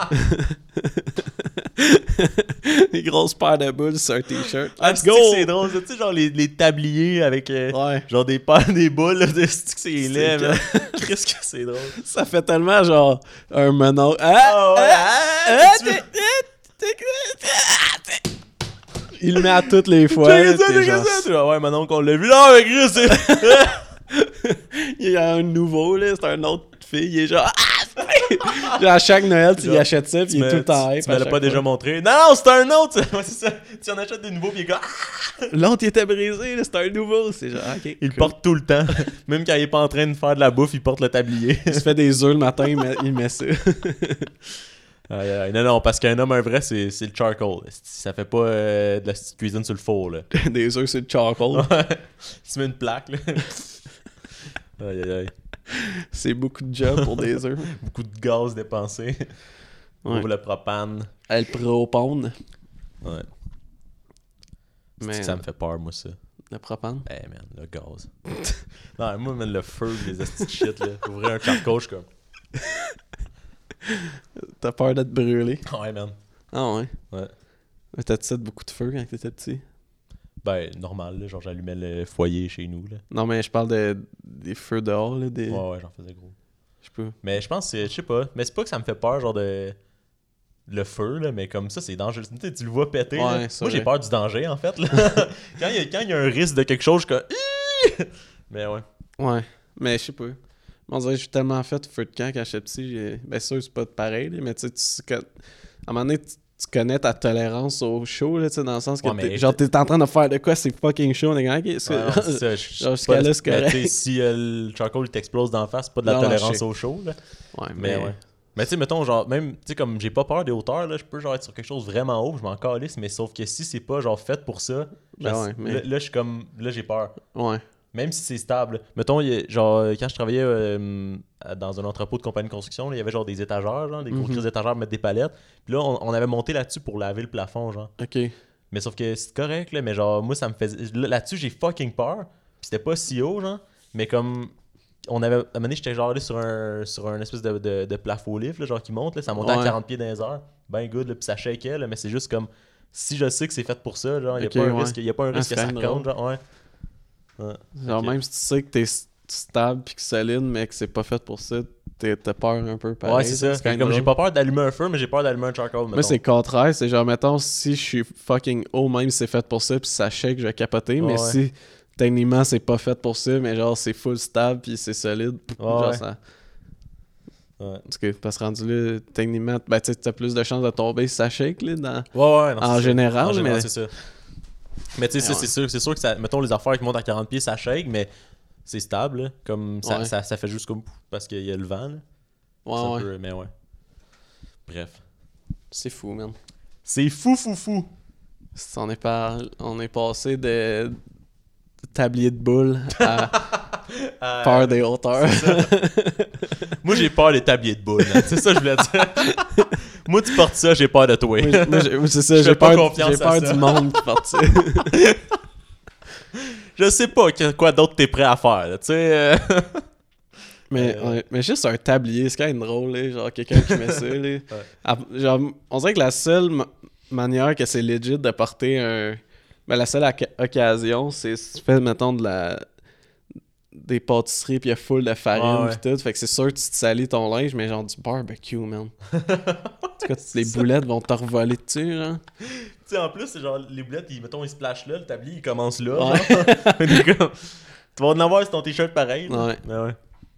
Des grosses paires de boules sur un t-shirt. Ah, Let's c'est-tu go! que c'est drôle, ça, tu sais, genre les, les tabliers avec euh, Ouais. genre des paires des boules, là, de- c'est-tu que c'est C'est laid, que- man. Qu'est-ce que c'est drôle. Ça fait tellement genre un menon. Ah! Ah ouais, ah, ah, ah, tu t'es- veux- t'es- t'es- ah, t'es- Il le met à toutes les fois. Check là, ça, t'es check genre- ça. Tu vois, ouais, maintenant qu'on l'a vu, là, avec Chris, c'est... Il y a un nouveau, là, c'est un autre fille. Il est genre. Ah! Genre, à chaque Noël, tu lui Genre, achètes ça, puis il est me- tout le temps hype. Tu à me l'as chaque pas déjà fois. montré. Non, non, c'est un autre. Ouais, c'est ça. Tu en achètes des nouveaux, puis il est comme... Ah! L'autre, il était brisé, là, c'est un nouveau. C'est genre, ok. Il le cool. porte tout le temps. Même quand il est pas en train de faire de la bouffe, il porte le tablier. Il se fait des œufs le matin, il met, il met ça. Aïe, aïe. Non, non, parce qu'un homme, un vrai, c'est c'est le charcoal. Ça fait pas euh, de la petite cuisine sur le four, là. Des œufs, c'est le charcoal. Ouais. Tu mets une plaque, là. Aïe, aïe, aïe. C'est beaucoup de job pour des œufs. Beaucoup de gaz dépensé. Ouais. Pour le propane. Elle propane. Ouais. C'est Mais que ça me fait peur, moi, ça. le propane. Eh, man, le gaz. Non, moi, man, le feu, les astuces de shit, là. Ouvrir un charcoal, je suis comme... T'as peur d'être brûlé. Ouais, man. Ah ouais. Ouais. Mais t'as-tu fait beaucoup de feu quand t'étais petit? Ben, normal, là. Genre, j'allumais le foyer chez nous, là. Non, mais je parle de, des feux dehors, là. Des... Ouais, ouais, j'en faisais gros. Je peux. Mais je pense que c'est... Je sais pas. Mais c'est pas que ça me fait peur, genre, de... Le feu, là, mais comme ça, c'est dangereux. Tu sais, tu le vois péter, là. Ouais, c'est Moi, j'ai vrai. peur du danger, en fait, là. quand il y, a- quand il y a un risque de quelque chose, je suis comme... Ih! Mais ouais. Ouais. Mais je sais pas. On dirait que j'ai tellement fait feu de camp quand j'étais petit. j'ai- Ben sûr, c'est pas pareil, là, mais tu sais, tu- que- à un moment donné, tu, tu connais ta tolérance au chaud, là, tu sais, dans le sens que Ouais, mais t'es, genre, t'es en train de faire de quoi, c'est fucking chaud, on est comme, ok, c'est- Ouais, non, c'est ça, je- Genre, je- jusqu'à pas- là, c'est mais correct. tu sais, si euh, le charcoal t'explose d'en face, c'est pas de la Non, non, tolérance je sais. au chaud, là. Ouais, Mais ouais. Mais tu sais, mettons, genre, même, tu sais, comme j'ai pas peur des hauteurs, là, je peux genre être sur quelque chose vraiment haut, je m'en calisse, mais sauf que si c'est pas genre fait pour ça, Ben genre, ouais, mais- là, là, je suis comme, là, j'ai peur. Ouais. Même si c'est stable. Mettons, il y a- genre, quand je travaillais euh, dans un entrepôt de compagnie de construction, là, il y avait genre des étagères, genre, des gros Mhm. crises d'étagères pour mettre des palettes. Puis là, on, on avait monté là-dessus pour laver le plafond, genre. Ok. Mais sauf que c'est correct, là, mais genre, moi, ça me faisait. là- Là-dessus, j'ai fucking peur. Puis c'était pas si haut, genre. Mais comme. On avait. À un moment donné, j'étais genre allé sur un, sur un espèce de, de, de plafond lift, là, genre qui monte, là, ça montait Ouais. à quarante pieds dans les heures. Ben good, là, puis ça shakeait, là, mais c'est juste comme. Si je sais que c'est fait pour ça, genre, il n'y a, Ok, pas un ouais. risque- y a pas un Ah, risque c'est que ça quand même compte, genre, ouais. Ouais. Genre, Ok. même si tu sais que t'es s- stable pis que solide, mais que c'est pas fait pour ça, t'es- t'as peur un peu pareil. Ouais, c'est ça. quand même Comme j'ai drôle. pas peur d'allumer un feu, mais j'ai peur d'allumer un charcoal. Moi, c'est le contraire. C'est genre, mettons, si je suis fucking haut, même si c'est fait pour ça, puis ça shake, je vais capoter. Ouais, mais ouais. si techniquement, c'est pas fait pour ça, mais genre, c'est full stable, puis c'est solide. Ouais, genre, ouais. ça. Ouais. Parce que, parce que rendu là, techniquement, ben, tu sais, t'as plus de chances de tomber si ça shake, là. Dans... Ouais, ouais, non, En c'est ça. général, En général, mais- c'est ça. Mais tu sais, ça, Ouais. c'est sûr, c'est sûr que ça, mettons les affaires qui montent à quarante pieds, ça shake, mais c'est stable, là. Comme ça, Ouais. ça, ça fait juste comme parce qu'il y a le vent, là. C'est Ouais, un ouais. peu- mais ouais. Bref. C'est fou, man. C'est fou, fou, fou. On est, par... On est passé de tablier de boules à Euh, peur des hauteurs. Moi, j'ai peur des tabliers de boules. hein. C'est ça que je voulais dire. Moi, tu portes ça, j'ai peur de toi. Moi, j'ai- moi, j'ai- moi, c'est ça, Je j'ai fais pas peur, confiance j'ai à peur ça. du monde qui part ça. Je sais pas que- quoi d'autre t'es prêt à faire. là, Tu sais. euh. Mais, Euh, ouais, mais juste un tablier, c'est quand même drôle, là, genre quelqu'un qui met ça. Là. Ah, genre, on dirait que la seule ma- manière que c'est legit de porter un. Ben, la seule oca- occasion, c'est si tu fais, mettons, de la. Des pâtisseries, puis il y a full de farine, Ouais, ouais. puis tout. Fait que c'est sûr que tu te salis ton linge, mais genre du barbecue, man. En tout cas, les boulettes vont te revoler dessus, genre. Tu sais, en plus, c'est genre, les boulettes, ils, mettons, ils se plashent là, le tablier, il commence là. Ouais. genre. T'es comme, tu vas en avoir sur ton t-shirt pareil. là. Ouais. Mais ouais.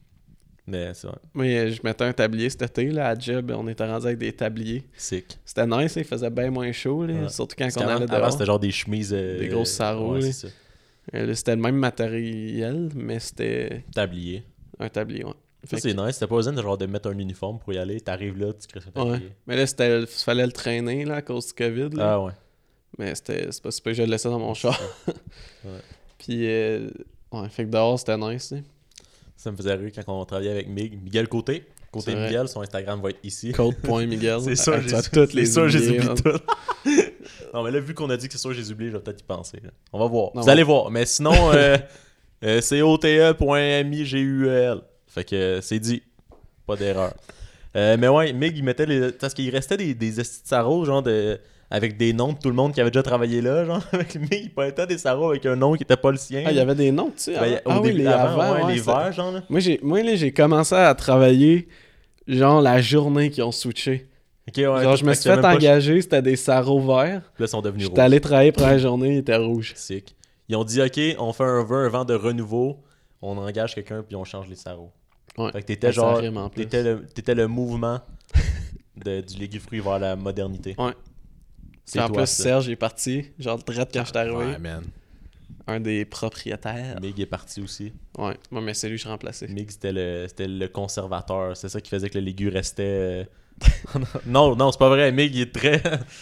Mais c'est vrai. Moi, euh, je mettais un tablier cet été, là, à job, on était rendu avec des tabliers. Sick. C'était nice, hein, il faisait bien moins chaud, là, Ouais. surtout quand Parce on qu'avant- allait Avant, dehors. c'était genre des chemises. euh, Des grosses sarraux, Ouais, là. c'est ça. Euh, là, c'était le même matériel, mais c'était Tablier. un tablier, ouais. Ça, Fait c'est que- nice. C'était pas besoin de, genre, de mettre un uniforme pour y aller. T'arrives là, tu crées un Ouais. tablier. Mais là, c'était, fallait le traîner, là, à cause du COVID, là. Ah ouais. Mais c'était, c'est pas super, je le laissais dans mon char. Ouais. Puis, euh, ouais, fait que dehors, c'était nice, là. Ça me faisait rire quand on travaillait avec Mig. Miguel Côté. Côté C'est vrai. Miguel, son Instagram va être ici. Code.Miguel. C'est sûr, Ah, j'ai tu vas toutes les c'est sûr, j'ai oublier, oublié man. tout. Non, mais là, vu qu'on a dit que c'est sûr, j'ai oublié, je vais peut-être y penser. là. On va voir. Non, Vous ouais. allez voir. Mais sinon, euh, euh, c'est O T E point miguel. Fait que euh, c'est dit. Pas d'erreur. Euh, mais ouais, Mig, il mettait les. Parce qu'il restait des, des estis de sarraux, genre de. Avec des noms de tout le monde qui avait déjà travaillé là, genre. Avec Mig, il pointait des sarraux avec un nom qui était pas le sien. Ah, il y avait des noms, tu sais. Ben, avant? au ah oui, début, les avant, avant, ouais, ouais, les c'était- verts, genre. Là. Moi, j'ai, moi, là, j'ai commencé à travailler, genre, la journée qu'ils ont switché. Ok, ouais. genre, je me fait suis que tu as fait même pas- engager, c'était des sarraux verts. Là, ils sont devenus J'étais rouges. allé travailler première journée, il était rouge. Sick. Ils ont dit, OK, on fait un vin, un vent de renouveau, on engage quelqu'un, puis on change les sarraux. Ouais. Fait que t'étais Ouais, ça genre. rime en plus. T'étais le, t'étais le mouvement de, du légume fruit vers la modernité. Ouais. C'est Puis en toi, plus, ça. Serge est parti, genre direct quand je suis arrivé. Ouais, man. Un des propriétaires. Mig est parti aussi. Ouais, moi, mais c'est lui que je remplaçais. Mig, c'était le, c'était le conservateur. C'est ça qui faisait que le légume restait. euh, non, non, c'est pas vrai. Mig, il est très.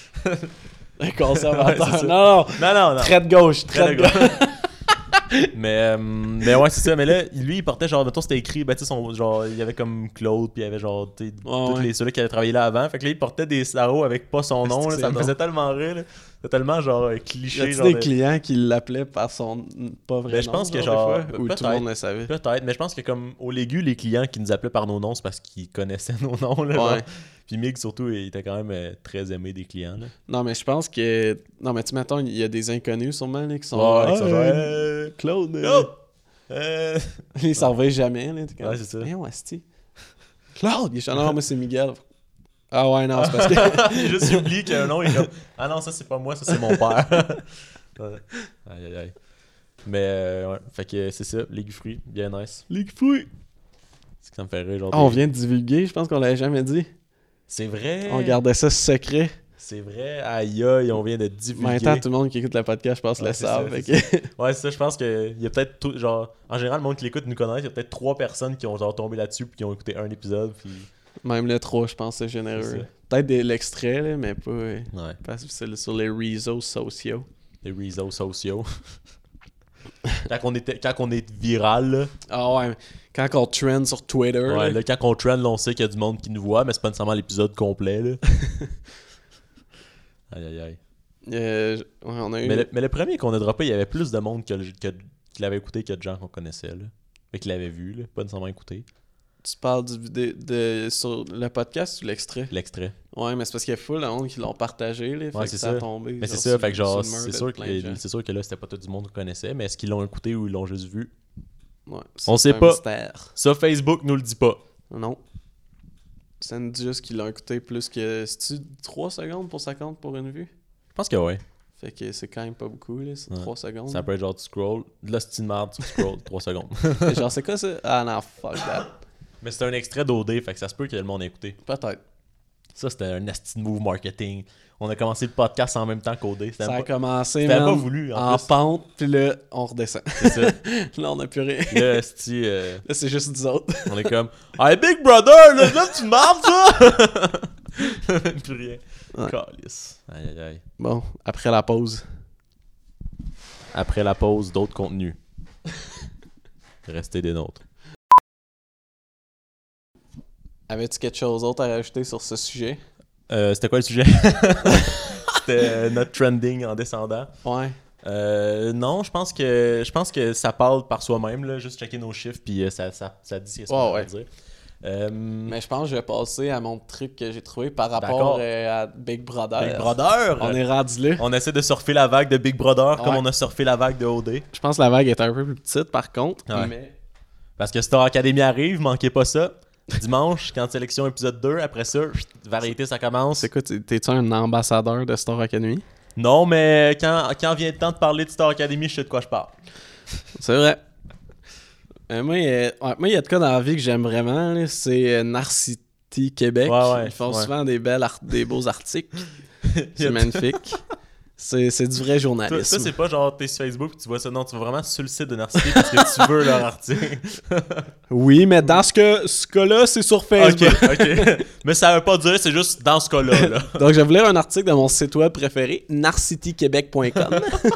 Un conservateur. Ouais, c'est ça. non, non, Non, non, non. très de gauche, très, Très de de gauche. mais, euh, mais ouais, c'est ça. Mais là, lui, il portait genre, mettons, c'était écrit, ben, tu sais, son- genre, il y avait comme Claude, puis il y avait genre, tu sais, tous ouais. les ceux-là qui avaient travaillé là avant. Fait que là, il portait des sarraux avec pas son nom, Est-ce que là, c'est ça me bon? faisait tellement rire, là. C'était tellement genre euh, Y cliché. a-tu Genre, des de- clients qui l'appelaient par son pas vrai Ben, je nom, pense que des genre, fois, pe- ou tout peut-être. le monde le savait. Peut-être, mais je pense que comme au Légu, les clients qui nous appelaient par nos noms, c'est parce qu'ils connaissaient nos noms, là. genre. Ouais. Puis Mig, surtout, il était quand même euh, très aimé des clients, là. Non, mais je pense que. Non, mais tu mettons, il y a des inconnus sûrement là, qui sont. Ouais, Ah, ça, genre, euh, euh, Claude. euh, Claude! Euh... Ils s'en reveillent jamais. Là, t'es comme, Ouais, c'est ça. Voyons, asti. Claude! Il est genre, non, moi, c'est Miguel. Ah ouais, non, c'est parce que. J'ai juste oublié qu'il y a un nom, il est comme ah non, ça c'est pas moi, ça c'est mon père. Ouais. Aïe aïe aïe. Mais euh, ouais, fait que c'est ça, légumes fruits, bien nice. Les fruits! C'est que ça me fait rire, genre. Ah, on des- vient de divulguer, je pense qu'on l'avait jamais dit. C'est vrai. On gardait ça secret. C'est vrai, aïe aïe, on vient de Mais divulguer. en même temps, tout le monde qui écoute le podcast, je pense, Ouais, le c'est savent. ça, fait que- Ouais, c'est ça, je pense que il y a peut-être tout, genre en général le monde qui l'écoute nous connaît, il y a peut-être trois personnes qui ont genre tombé là-dessus puis qui ont écouté un épisode puis Même le trois, je pense, c'est C'est généreux. ça. Peut-être des- l'extrait, là, mais pas, euh, ouais, pas sur sur les réseaux sociaux. les réseaux sociaux. quand on était quand on est viral là, Ah ouais, quand on trend sur Twitter. ouais, là, là, quand on trend, là, on sait qu'il y a du monde qui nous voit, mais c'est pas nécessairement l'épisode complet là. Aïe aïe aïe. euh, ouais, on a eu. Mais le, mais le premier qu'on a droppé, il y avait plus de monde que, le- que- qui l'avait écouté que de gens qu'on connaissait là. Fait qui l'avaient vu là, pas nécessairement écouté. Tu parles du vidéo de, sur le podcast ou l'extrait? L'extrait. Ouais, mais c'est parce qu'il y a full de monde qui l'ont partagé. Là, fait Ouais, que c'est ça a ça. tombé. Mais c'est genre, ça, sur- fait que genre, sur le mur c'est de sûr, plein de gens. que, c'est sûr que là, c'était pas tout du monde qu'on connaissait, mais est-ce qu'ils l'ont écouté ou ils l'ont juste vu? Ouais, On c'est sait un pas. mystère. Ça, Facebook nous le dit pas. Non. Ça nous dit juste qu'ils l'ont écouté plus que... C'est-tu trois secondes pour ça compte pour une vue? Je pense que ouais. Fait que c'est quand même pas beaucoup, là. C'est Ouais. trois secondes. Ça peut être genre tu scroll, de la style marde, tu scroll trois secondes. Genre, c'est quoi ça? Ah non, fuck that. Mais c'était un extrait d'O D, fait que ça se peut que le monde ait écouté. Peut-être. Ça, c'était un nasty move marketing. On a commencé le podcast en même temps qu'O D. C'était Ça a pas... commencé, C'était man, pas voulu, en, en plus. pente, puis là, on redescend. C'est ça. Là, on a plus rien. Là, esti, euh, Là, c'est juste nous autres. on est comme « Hey, Big Brother, là, là tu mardes, ça! » Plus rien. Ouais. Calice. Aïe, aïe, aïe. Bon, après la pause. Après la pause, d'autres contenus. Restez des nôtres. Avais-tu quelque chose d'autre à rajouter sur ce sujet? Euh, c'était quoi le sujet? C'était euh, notre trending en descendant. Ouais. Euh, non, je pense que je pense que ça parle par soi-même, là, juste checker nos chiffres, puis euh, ça, ça, ça dit ce qu'on Ouais, va ouais. dire. Euh, Mais je pense que je vais passer à mon truc que j'ai trouvé par rapport D'accord. euh, à Big Brother. Big Brother! On est rendu là. On essaie de surfer la vague de Big Brother comme Ouais. on a surfé la vague de O D. Je pense que la vague est un peu plus petite, par contre. Ouais. Mais... Parce que Star Academy arrive, manquez pas ça. Dimanche, quand sélection épisode deux, après ça, chut, variété ça commence. C'est quoi, t'es- t'es-tu un ambassadeur de Star Academy? Non, mais quand, quand vient le temps de parler de Star Academy, je sais de quoi je parle. C'est vrai. Euh, moi, euh, ouais, moi, il y a de quoi dans la vie que j'aime vraiment, là, c'est euh, Narcity Québec. Ouais, ouais, Ils font ouais. souvent des, belles art- des beaux articles. Il y C'est a- magnifique. C'est, c'est du vrai Toi, journalisme. ça, c'est pas genre t'es sur Facebook et tu vois ça. Non, tu vas vraiment sur le site de Narcity parce que tu veux leur article. Oui, mais dans ce, que, ce cas-là, c'est sur Ok, Facebook. ok. Mais ça veut pas dire, c'est juste dans ce cas-là. Là. Donc, je vais vous lire un article de mon site web préféré, narcity québec point com.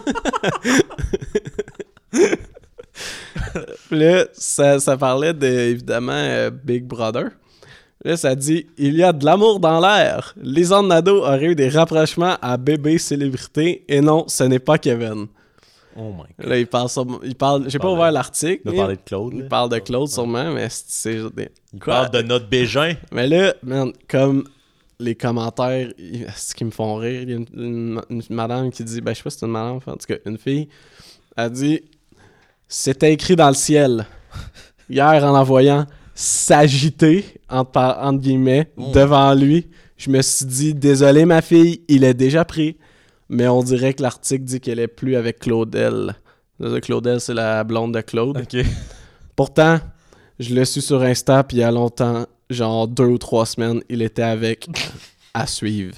Là, ça, ça parlait de, évidemment, euh, Big Brother. Là, ça dit « Il y a de l'amour dans l'air. Lisanne Nadeau aurait eu des rapprochements à bébé célébrité et non, ce n'est pas Kevin. Oh my » god. Là, il parle sur... Il parle... J'ai pas Parle- ouvert l'article. Il va mais parler de Claude. Il là. parle de Claude, sûrement, mais c'est... c'est des- Il Quoi? parle de notre Bégin. Mais là, man, comme les commentaires, ils- c'est ce qui me font rire. Il y a une, une- une madame qui dit, ben je sais pas si c'est une madame, en tout cas, une fille, elle dit « C'était écrit dans le ciel. » Hier, en la voyant s'agiter, entre, par- entre guillemets, Oh. devant lui, je me suis dit « Désolé ma fille, il est déjà pris. » Mais on dirait que l'article dit qu'elle est plus avec Claudel. Claudel, c'est la blonde de Claude. Ok. Pourtant, je l'ai su sur Insta, puis il y a longtemps, genre deux ou trois semaines, il était avec à suivre.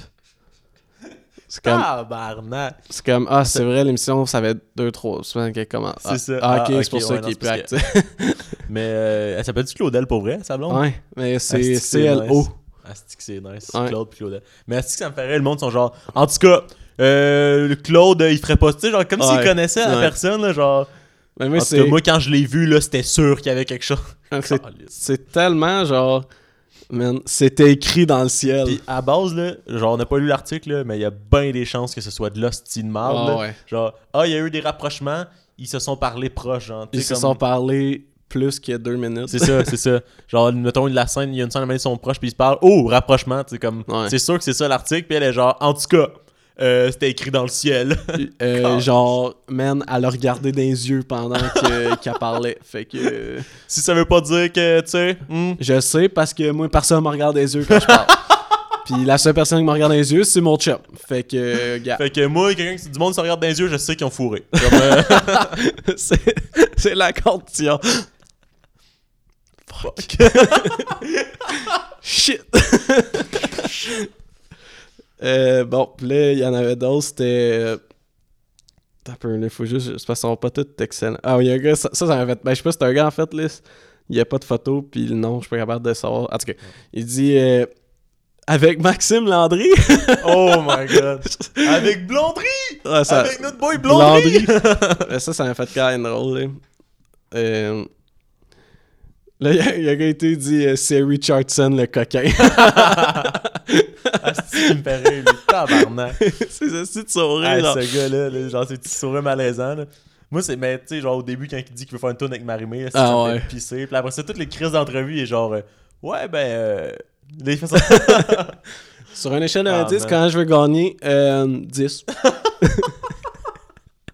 C'est comme, Tabarnak. c'est comme ah, c'est vrai, l'émission, ça fait deux, trois semaines qu'elle commence. C'est Ah, ça. Ah, ok, Ah, c'est pour ok, ça ouais, qu'il est non, plus c'est parce actif. Mais euh, elle s'appelle-tu Claudel pour vrai, sa blonde? Ouais, mais c'est Asti que C L O. nice. Asti que c'est nice. Ouais. Claude puis Claudel. Mais Asti que ça me ferait, le monde sont genre. En tout cas, euh, le Claude, il ferait pas. Tu sais, genre, comme s'il Ouais. connaissait la Ouais. personne, là, genre. Mais En moi, tout c'est, cas, moi, quand je l'ai vu, là, c'était sûr qu'il y avait quelque chose. c'est, Calisse. c'est tellement genre, man, c'était écrit dans le ciel. Puis à base, là, genre, on n'a pas lu l'article, là, mais il y a bien des chances que ce soit de l'hostie de marde. Ah là. ouais. Genre, ah, il y a eu des rapprochements, ils se sont parlé proches, genre. tu Ils sais, se comme- sont parlé plus que deux minutes. C'est ça, c'est ça. Genre, mettons, la scène, il y a une scène, à un moment donné, ils sont proches, puis ils se parlent. Oh, rapprochement, tu sais, comme. Ouais. C'est sûr que c'est ça l'article, puis elle est genre, en tout cas, euh, c'était écrit dans le ciel. Euh, Calme. genre, man, elle a regardé dans les yeux pendant que- qu'elle parlait. Fait que. euh, Si ça veut pas dire que, tu sais. hmm, Je sais parce que moi, personne me regarde dans les yeux quand je parle. Puis la seule personne qui me regarde dans les yeux, c'est mon chum. Fait que, euh, gars, Fait que moi, quelqu'un qui du monde se regarde dans les yeux, je sais qu'ils ont fourré. Comme, euh, c'est, c'est la condition. fuck. Shit! euh, bon, pis là, il y en avait d'autres, c'était... euh, Attends un peu, là, faut juste... C'est parce qu'ils sont pas tous excellents. Ah, il y a un gars, ça, ça, ça m'a fait... Ben, je sais pas, c'est un gars, en fait, là, il y a pas de photo, puis le nom, je suis pas capable de savoir. En tout cas, il dit... euh, avec Maxime Landry... Oh my god. Avec Blondry! Ouais, ça- Avec notre boy Blondry! Euh, ça, ça m'a fait quand même drôle, là. Euh... Là, il y, a- il y a un gars qui il dit euh, c'est Richardson le coquin. Asti qui me fait rire, lui. Tabarnak. C'est ça, c'est de sourire. Hey, genre. ce gars-là, là, genre, c'est petit sourire malaisant, là. Moi, c'est, mais tu sais, genre, au début, quand il dit qu'il veut faire une tourne avec Marie-Mé, là, Ah ça me ouais. fait pisser. Puis après ça, toutes les crises d'entrevue, il est genre, euh, ouais, ben, euh, les façons. Sur une échelle de Ah, dix, man. quand je veux gagner, euh, dix.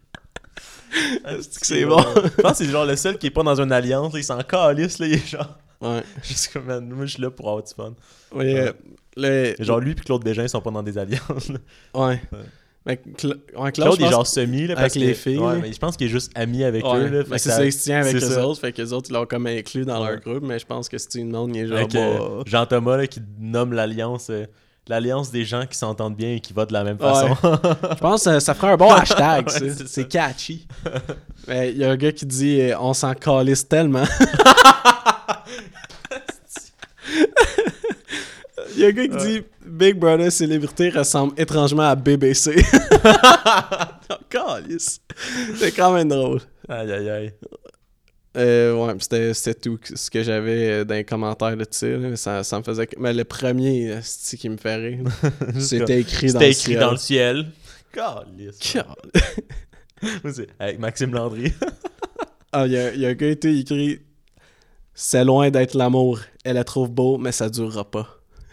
Asti c'est que bon. Je pense que c'est genre le seul qui est pas dans une alliance, là, il s'en calisse, là, il est genre. Ouais. Juste comme, man, moi, je suis là pour avoir du fun. Oui, euh, le... Genre, lui puis Claude Bégin, ils sont pas dans des alliances. Là. Ouais. Ouais. Mais Cla... ouais, Claude, Claude, je il est pense genre semi, là, parce avec les que- filles, Ouais, là. mais je pense qu'il est juste ami avec Ouais, eux, là. mais fait c'est que ça, il se tient avec c'est eux ça. autres, fait que les autres, ils l'ont comme inclus dans Ouais. leur groupe, mais je pense que si tu demandes, il est genre... Avec euh, bah, Jean-Thomas, là, qui nomme l'alliance... euh, l'alliance des gens qui s'entendent bien et qui votent de la même Ouais. façon. Je pense que ça ferait un bon hashtag, Ouais, ça. c'est ça. C'est catchy. Mais il y a un gars qui dit euh, on s'en calisse tellement. Il y a un gars qui dit Big Brother célébrité ressemble étrangement à B B C. On calisse. C'est quand même drôle. Aïe, aïe, aïe. Euh, ouais, pis c'était, c'était tout ce que j'avais euh, dans les commentaires de ça, là. Ça, ça me faisait. Mais le premier, euh, c'est qui me fait rire. C'était écrit dans C'était le écrit ciel. dans le ciel. Calisse. Cal- Moi, c'est avec Maxime Landry. Ah, il y a, y a un gars qui a écrit c'est loin d'être l'amour. Elle la trouve beau, mais ça durera pas.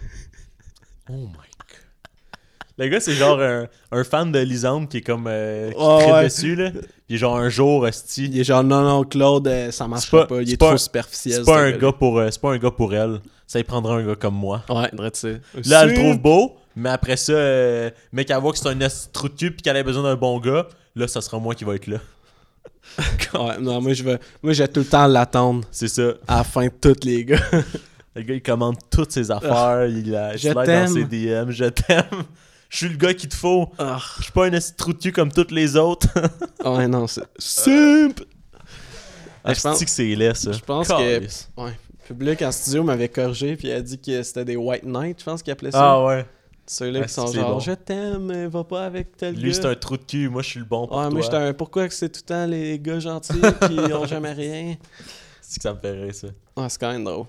Oh my god. Le gars, c'est genre un, un fan de Lisande qui est comme. Euh, qui Oh, tripe ouais. dessus, là. Puis genre un jour, hostie. Il est genre non, non, Claude, euh, ça marchera pas, Il c'est est pas trop un- superficiel. C'est pas ce un gars-là. gars pour euh, c'est pas un gars pour elle. Ça y prendra un gars comme moi. Ouais, drôle ça. Là, elle le trouve beau, mais après ça, euh, mec, elle voit que c'est un esti trou de cul pis qu'elle a besoin d'un bon gars. Là, ça sera moi qui va être là. Ouais, non, moi, je vais, moi, je vais tout le temps l'attendre C'est ça. à la fin de tous les gars. Le gars, il commande toutes ses affaires. il a, Je slide dans t'aime. ses D M. Je t'aime. Je suis le gars qu'il te faut. Ah, Je suis pas un esti trou de cul comme tous les autres. ouais, non, c'est simple. Ah, je Je pense, que c'est laid, ça. je pense que Calisse. ouais, le public en studio m'avait corrigé puis il a dit que c'était des White Knights, je pense qu'il appelait ça. Ah ouais. Ceux-là Ah, qui sont c'est genre bon. je t'aime, euh, va pas avec tel Lui, gars. c'est un trou de cul. Moi, je suis le bon pour Ouais, toi. moi j'étais un pourquoi que c'est tout le temps les gars gentils qui ont jamais rien. C'est que ça me fait rire, ça. Ouais, c'est quand même drôle.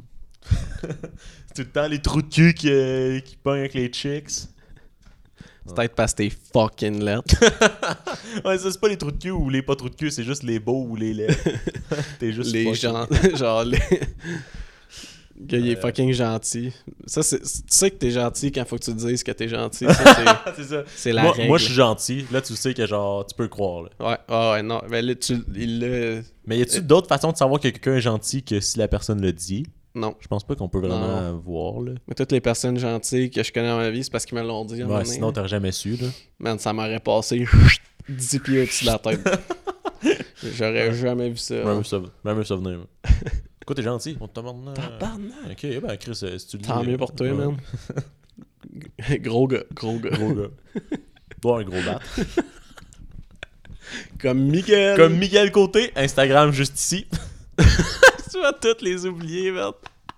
C'est tout le temps les trous de cul qui, euh, qui pognent avec les chicks. C'est peut-être parce que t'es fucking laid. Ouais, ça, c'est pas les trous de cul ou les pas trous de cul, c'est juste les beaux ou les laids. T'es juste Les fucking- gens, genre les. Le gars, il est Ouais. fucking gentil. Ça, c'est. Tu sais que t'es gentil quand faut que tu te dises que t'es gentil. Ça, c'est, c'est ça. c'est la Moi, règle. moi, je suis gentil. Là, tu sais que genre, tu peux le croire. Là. Ouais, ouais, ouais, non. Mais là, tu. Il l'a. Mais y a-tu d'autres façons de savoir que quelqu'un est gentil que si la personne le dit? Non. Je pense pas qu'on peut vraiment voir. Là. Mais toutes les personnes gentilles que je connais dans ma vie, c'est parce qu'ils me l'ont dit. à un moment Ouais, donné. sinon, t'aurais jamais su. Là. Man, ça m'aurait passé dix pieds au-dessus de la tête. J'aurais jamais vu ça. Même ça, même ça venir. Quoi, t'es gentil? On te demande. euh, Tabarnak. Ok, ben Chris, euh, si tu le dis. Tant mieux euh, pour toi, ouais. man. Gros gars, gros gars. Gros gars. Doit un gros bat. Comme Miguel. Comme Miguel Côté, Instagram juste ici. Tu vas toutes les oublier, merde.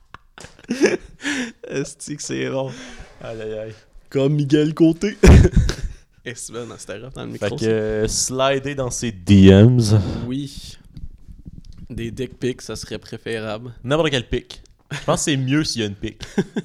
Est-ce que c'est bon? Aïe aïe aïe. Comme Miguel Côté. Est-ce que c'était rough dans le Fait micro? que euh, slider dans ses D Ms. ça? Oui. Des dick pics, ça serait préférable. N'importe quel pic. Je pense que c'est mieux s'il y a une pic.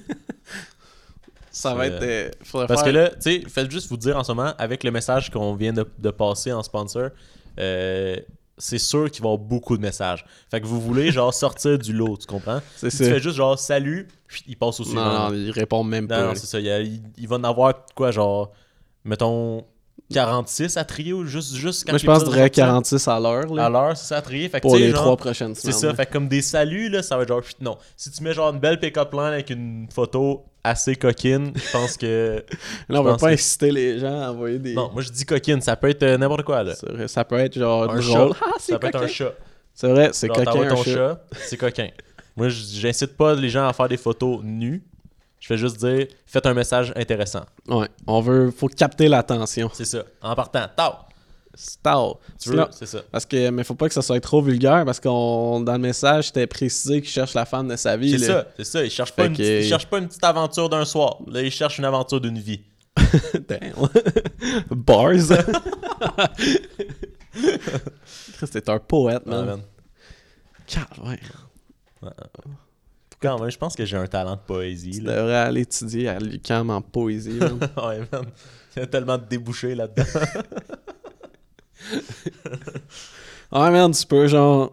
Ça C'est, va être... euh, faudrait Parce faire... que là, tu sais, faites juste vous dire en ce moment, avec le message qu'on vient de, de passer en sponsor, euh, c'est sûr qu'il va y avoir beaucoup de messages. Fait que vous voulez, genre, sortir du lot, tu comprends? C'est Si ça. tu fais juste, genre, salut, puis il passe au Non, suivant. non, il répond même Non, pas. non, là. c'est ça. Il, y a- il- il va en avoir, quoi, genre, mettons, quarante-six à trier ou juste, juste quand Moi, je l'épisode pense que je dirais va sortir. quarante-six à l'heure. là, À l'heure, c'est ça à trier. Fait que, pour tu sais, les genre, trois prochaines c'est semaines. ça, là. fait que comme des saluts, là, ça va être genre, chut, non. Si tu mets genre une belle pick-up line avec une photo assez coquine, je pense que... Là, on je va pense pas que- inciter les gens à envoyer des... Non, moi je dis coquine, ça peut être euh, n'importe quoi, là. C'est vrai, ça peut être genre Un drôle. chat. Ah, c'est Ça peut être coquin. un chat. C'est vrai, c'est Genre, coquin t'envoies un ton chat. chat, c'est coquin. Moi, j- j'incite pas les gens à faire des photos nues. Je fais juste dire, faites un message intéressant. Ouais, on veut... Faut capter l'attention. C'est ça. En partant, tao! Style. Tu veux? Sinon- C'est ça. Parce que, mais faut pas que ça soit trop vulgaire parce qu'on dans le message, c'était précisé qu'il cherche la femme de sa vie. C'est là. ça, c'est ça. Ils cherchent pas, Fait une, que- petite- ils cherchent pas une petite aventure d'un soir. Là, ils cherchent une aventure d'une vie. Damn. Bars. Chris, t'es un poète, Ouais, man. man. Car- ouais. Quand même, je pense que j'ai un talent de poésie. Tu Là. devrais aller étudier à l'U Q A M en poésie, man. Ouais, man. Il y a tellement de débouchés là-dedans. Ouais, man, tu peux genre...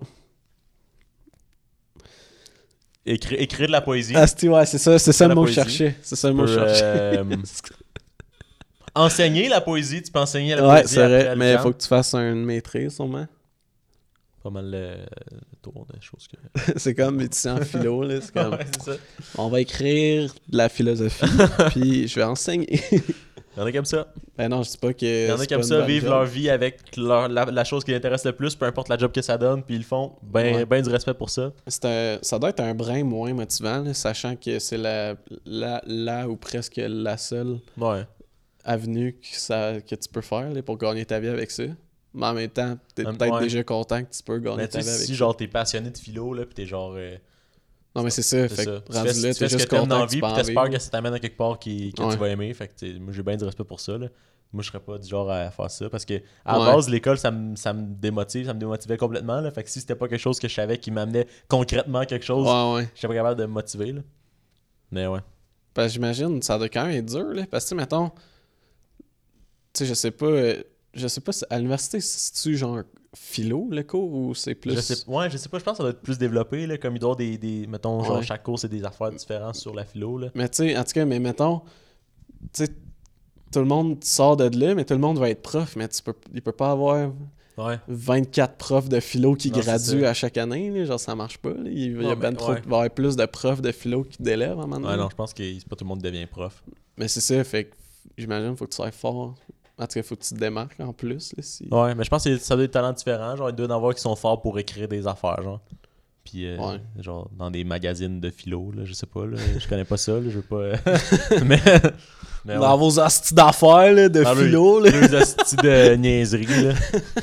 Écri- écrire de la poésie. Asti, ouais, c'est ça, c'est ça De le la mot que je poésie. cherchais. C'est ça le Tu mot que je peux, cherchais. euh, enseigner la poésie. Tu peux enseigner la Ouais, poésie. c'est après vrai, à mais il l'U Q A M. faut que tu fasses une maîtrise, sûrement. Pas mal. euh, tour des choses que... C'est comme étudiant en philo, là. C'est comme, ouais, c'est ça. on va écrire de la philosophie, puis je vais enseigner. Il y en a comme ça. Ben non, je dis pas que. Il y en a c'est comme pas ça, une bonne vivent job. leur vie avec leur, la, la chose qui les intéresse le plus, peu importe la job que ça donne, puis ils le font. Ben, Ouais. ben du respect pour ça. C'est un- ça doit être un brin moins motivant, là, sachant que c'est la, la, la ou presque la seule Ouais. avenue que, ça, que tu peux faire là, pour gagner ta vie avec ça. Mais en même temps, t'es Hum, peut-être ouais. déjà content que tu peux gagner Mais tu ta sais, vie avec si ça. genre t'es passionné de philo, là, pis t'es genre. euh, Non, mais c'est ça. c'est Fait ça. que Tu rendu fais, là, tu fais t'es ce que juste t'aimes dans content la que vie, tu pis peux en t'espères vivre. que ça t'amène à quelque part qui, que Ouais. tu vas aimer. Fait que t'sais, moi j'ai bien du respect pour ça. Là. Moi je serais pas du genre à faire ça. Parce que à la Ouais. base, l'école, ça me ça me démotive, ça me démotivait complètement. Là. Fait que si c'était pas quelque chose que je savais qui m'amenait concrètement quelque chose, Ouais, ouais. j'étais pas capable de me motiver. Là. Mais ouais. Parce que j'imagine, ça doit quand même être dur, là. Parce que, tu sais, mettons, tu sais, je sais pas, euh, je sais pas, si- à l'université, c'est-tu genre philo, le cours, ou c'est plus... Je sais, ouais, je sais pas, je pense que ça doit être plus développé. Là, comme il doit y avoir des, des. Mettons, genre Ouais. chaque cours, c'est des affaires différentes sur la philo. Là. Mais tu sais, en tout cas, mais mettons, tu sais, tout le monde sort de là, mais tout le monde va être prof, mais tu peux, il peut pas avoir Ouais. vingt-quatre profs de philo qui Non, c'est graduent ça. à chaque année, là, genre ça marche pas. Là. Il, il y a Non, ben mais trop, ouais. il va y avoir plus de profs de philo qui d'élèves à un moment donné. Ouais, non, je pense que c'est pas tout le monde qui devient prof. Mais c'est ça, fait que j'imagine faut que tu sois fort. En tout cas, faut que tu te démarques en plus. Là, si... Ouais, mais je pense que ça doit être des talents différents. Genre, il doit y en avoir qui sont forts pour écrire des affaires, genre. Puis, euh, Ouais. genre, dans des magazines de philo, là, je sais pas, là. Je connais pas ça, là, je veux pas... mais... mais Dans ouais. vos astis d'affaires là, de Dans le- philo, là. Deux hosties de niaiserie, là.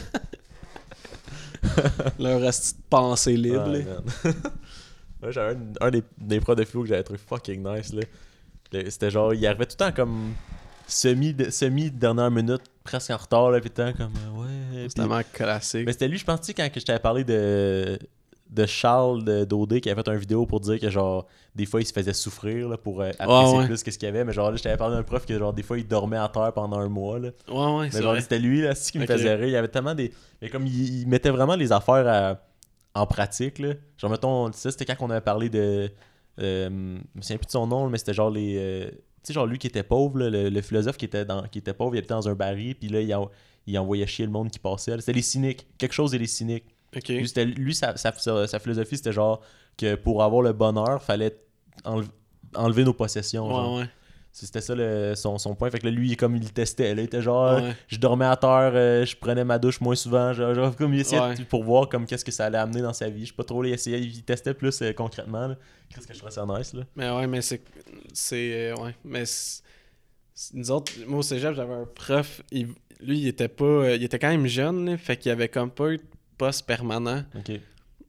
leur asti de pensée libre. Ouais, là. man. Moi, j'avais un, un des, des profs de philo que j'avais trouvé fucking nice, là. Le- C'était genre, il arrivait tout le temps comme semi, de- semi dernière minute, presque en retard, là, puis tout le temps comme, euh, ouais... C'est puis- tellement classique. Mais c'était lui, je pense, tu sais, quand que je t'avais parlé de, de Charles de- d'O D qui avait fait une vidéo pour dire que, genre, des fois, il se faisait souffrir là, pour euh, apprécier ouais. plus que ce qu'il y avait. Mais, genre, là, je t'avais parlé d'un prof que, genre, des fois, il dormait à terre pendant un mois. Là. Ouais, ouais, Mais, c'est genre, vrai. c'était lui, là, c'est ce qui me Ok. faisait rire. Il y avait tellement des. Mais comme il, il mettait vraiment les affaires à- en pratique, là. Genre, mettons, ça, c'était quand on avait parlé de. Euh, je me souviens plus de son nom, mais c'était genre les. euh, tu sais, genre, lui qui était pauvre, là, le, le philosophe qui était, dans, qui était pauvre, il habitait dans un baril, puis là, il, en- il envoyait chier le monde qui passait. là. C'était les cyniques. Quelque chose et les cyniques. Ok. Lui, c'était- lui, sa, sa, sa- sa philosophie, c'était genre que pour avoir le bonheur, fallait enle- enlever nos possessions. genre. Ouais, ouais. C'était ça le- son, son point. Fait que là, lui, comme il le testait, là, il était genre, Ouais. je dormais à terre, euh, je prenais ma douche moins souvent. Genre, genre, comme il essayait Ouais. de- pour voir comme qu'est-ce que ça allait amener dans sa vie. Je sais pas trop, là, il essayait, il testait plus euh, concrètement. là. Qu'est-ce que je trouvais ça nice, là. Mais ouais, mais c'est. C'est. euh, ouais. Mais. c'est- c'est- Nous autres, moi au cégep, j'avais un prof. Il, lui, il était pas. euh, Il était quand même jeune, là, fait qu'il avait comme pas eu de poste permanent. Ok.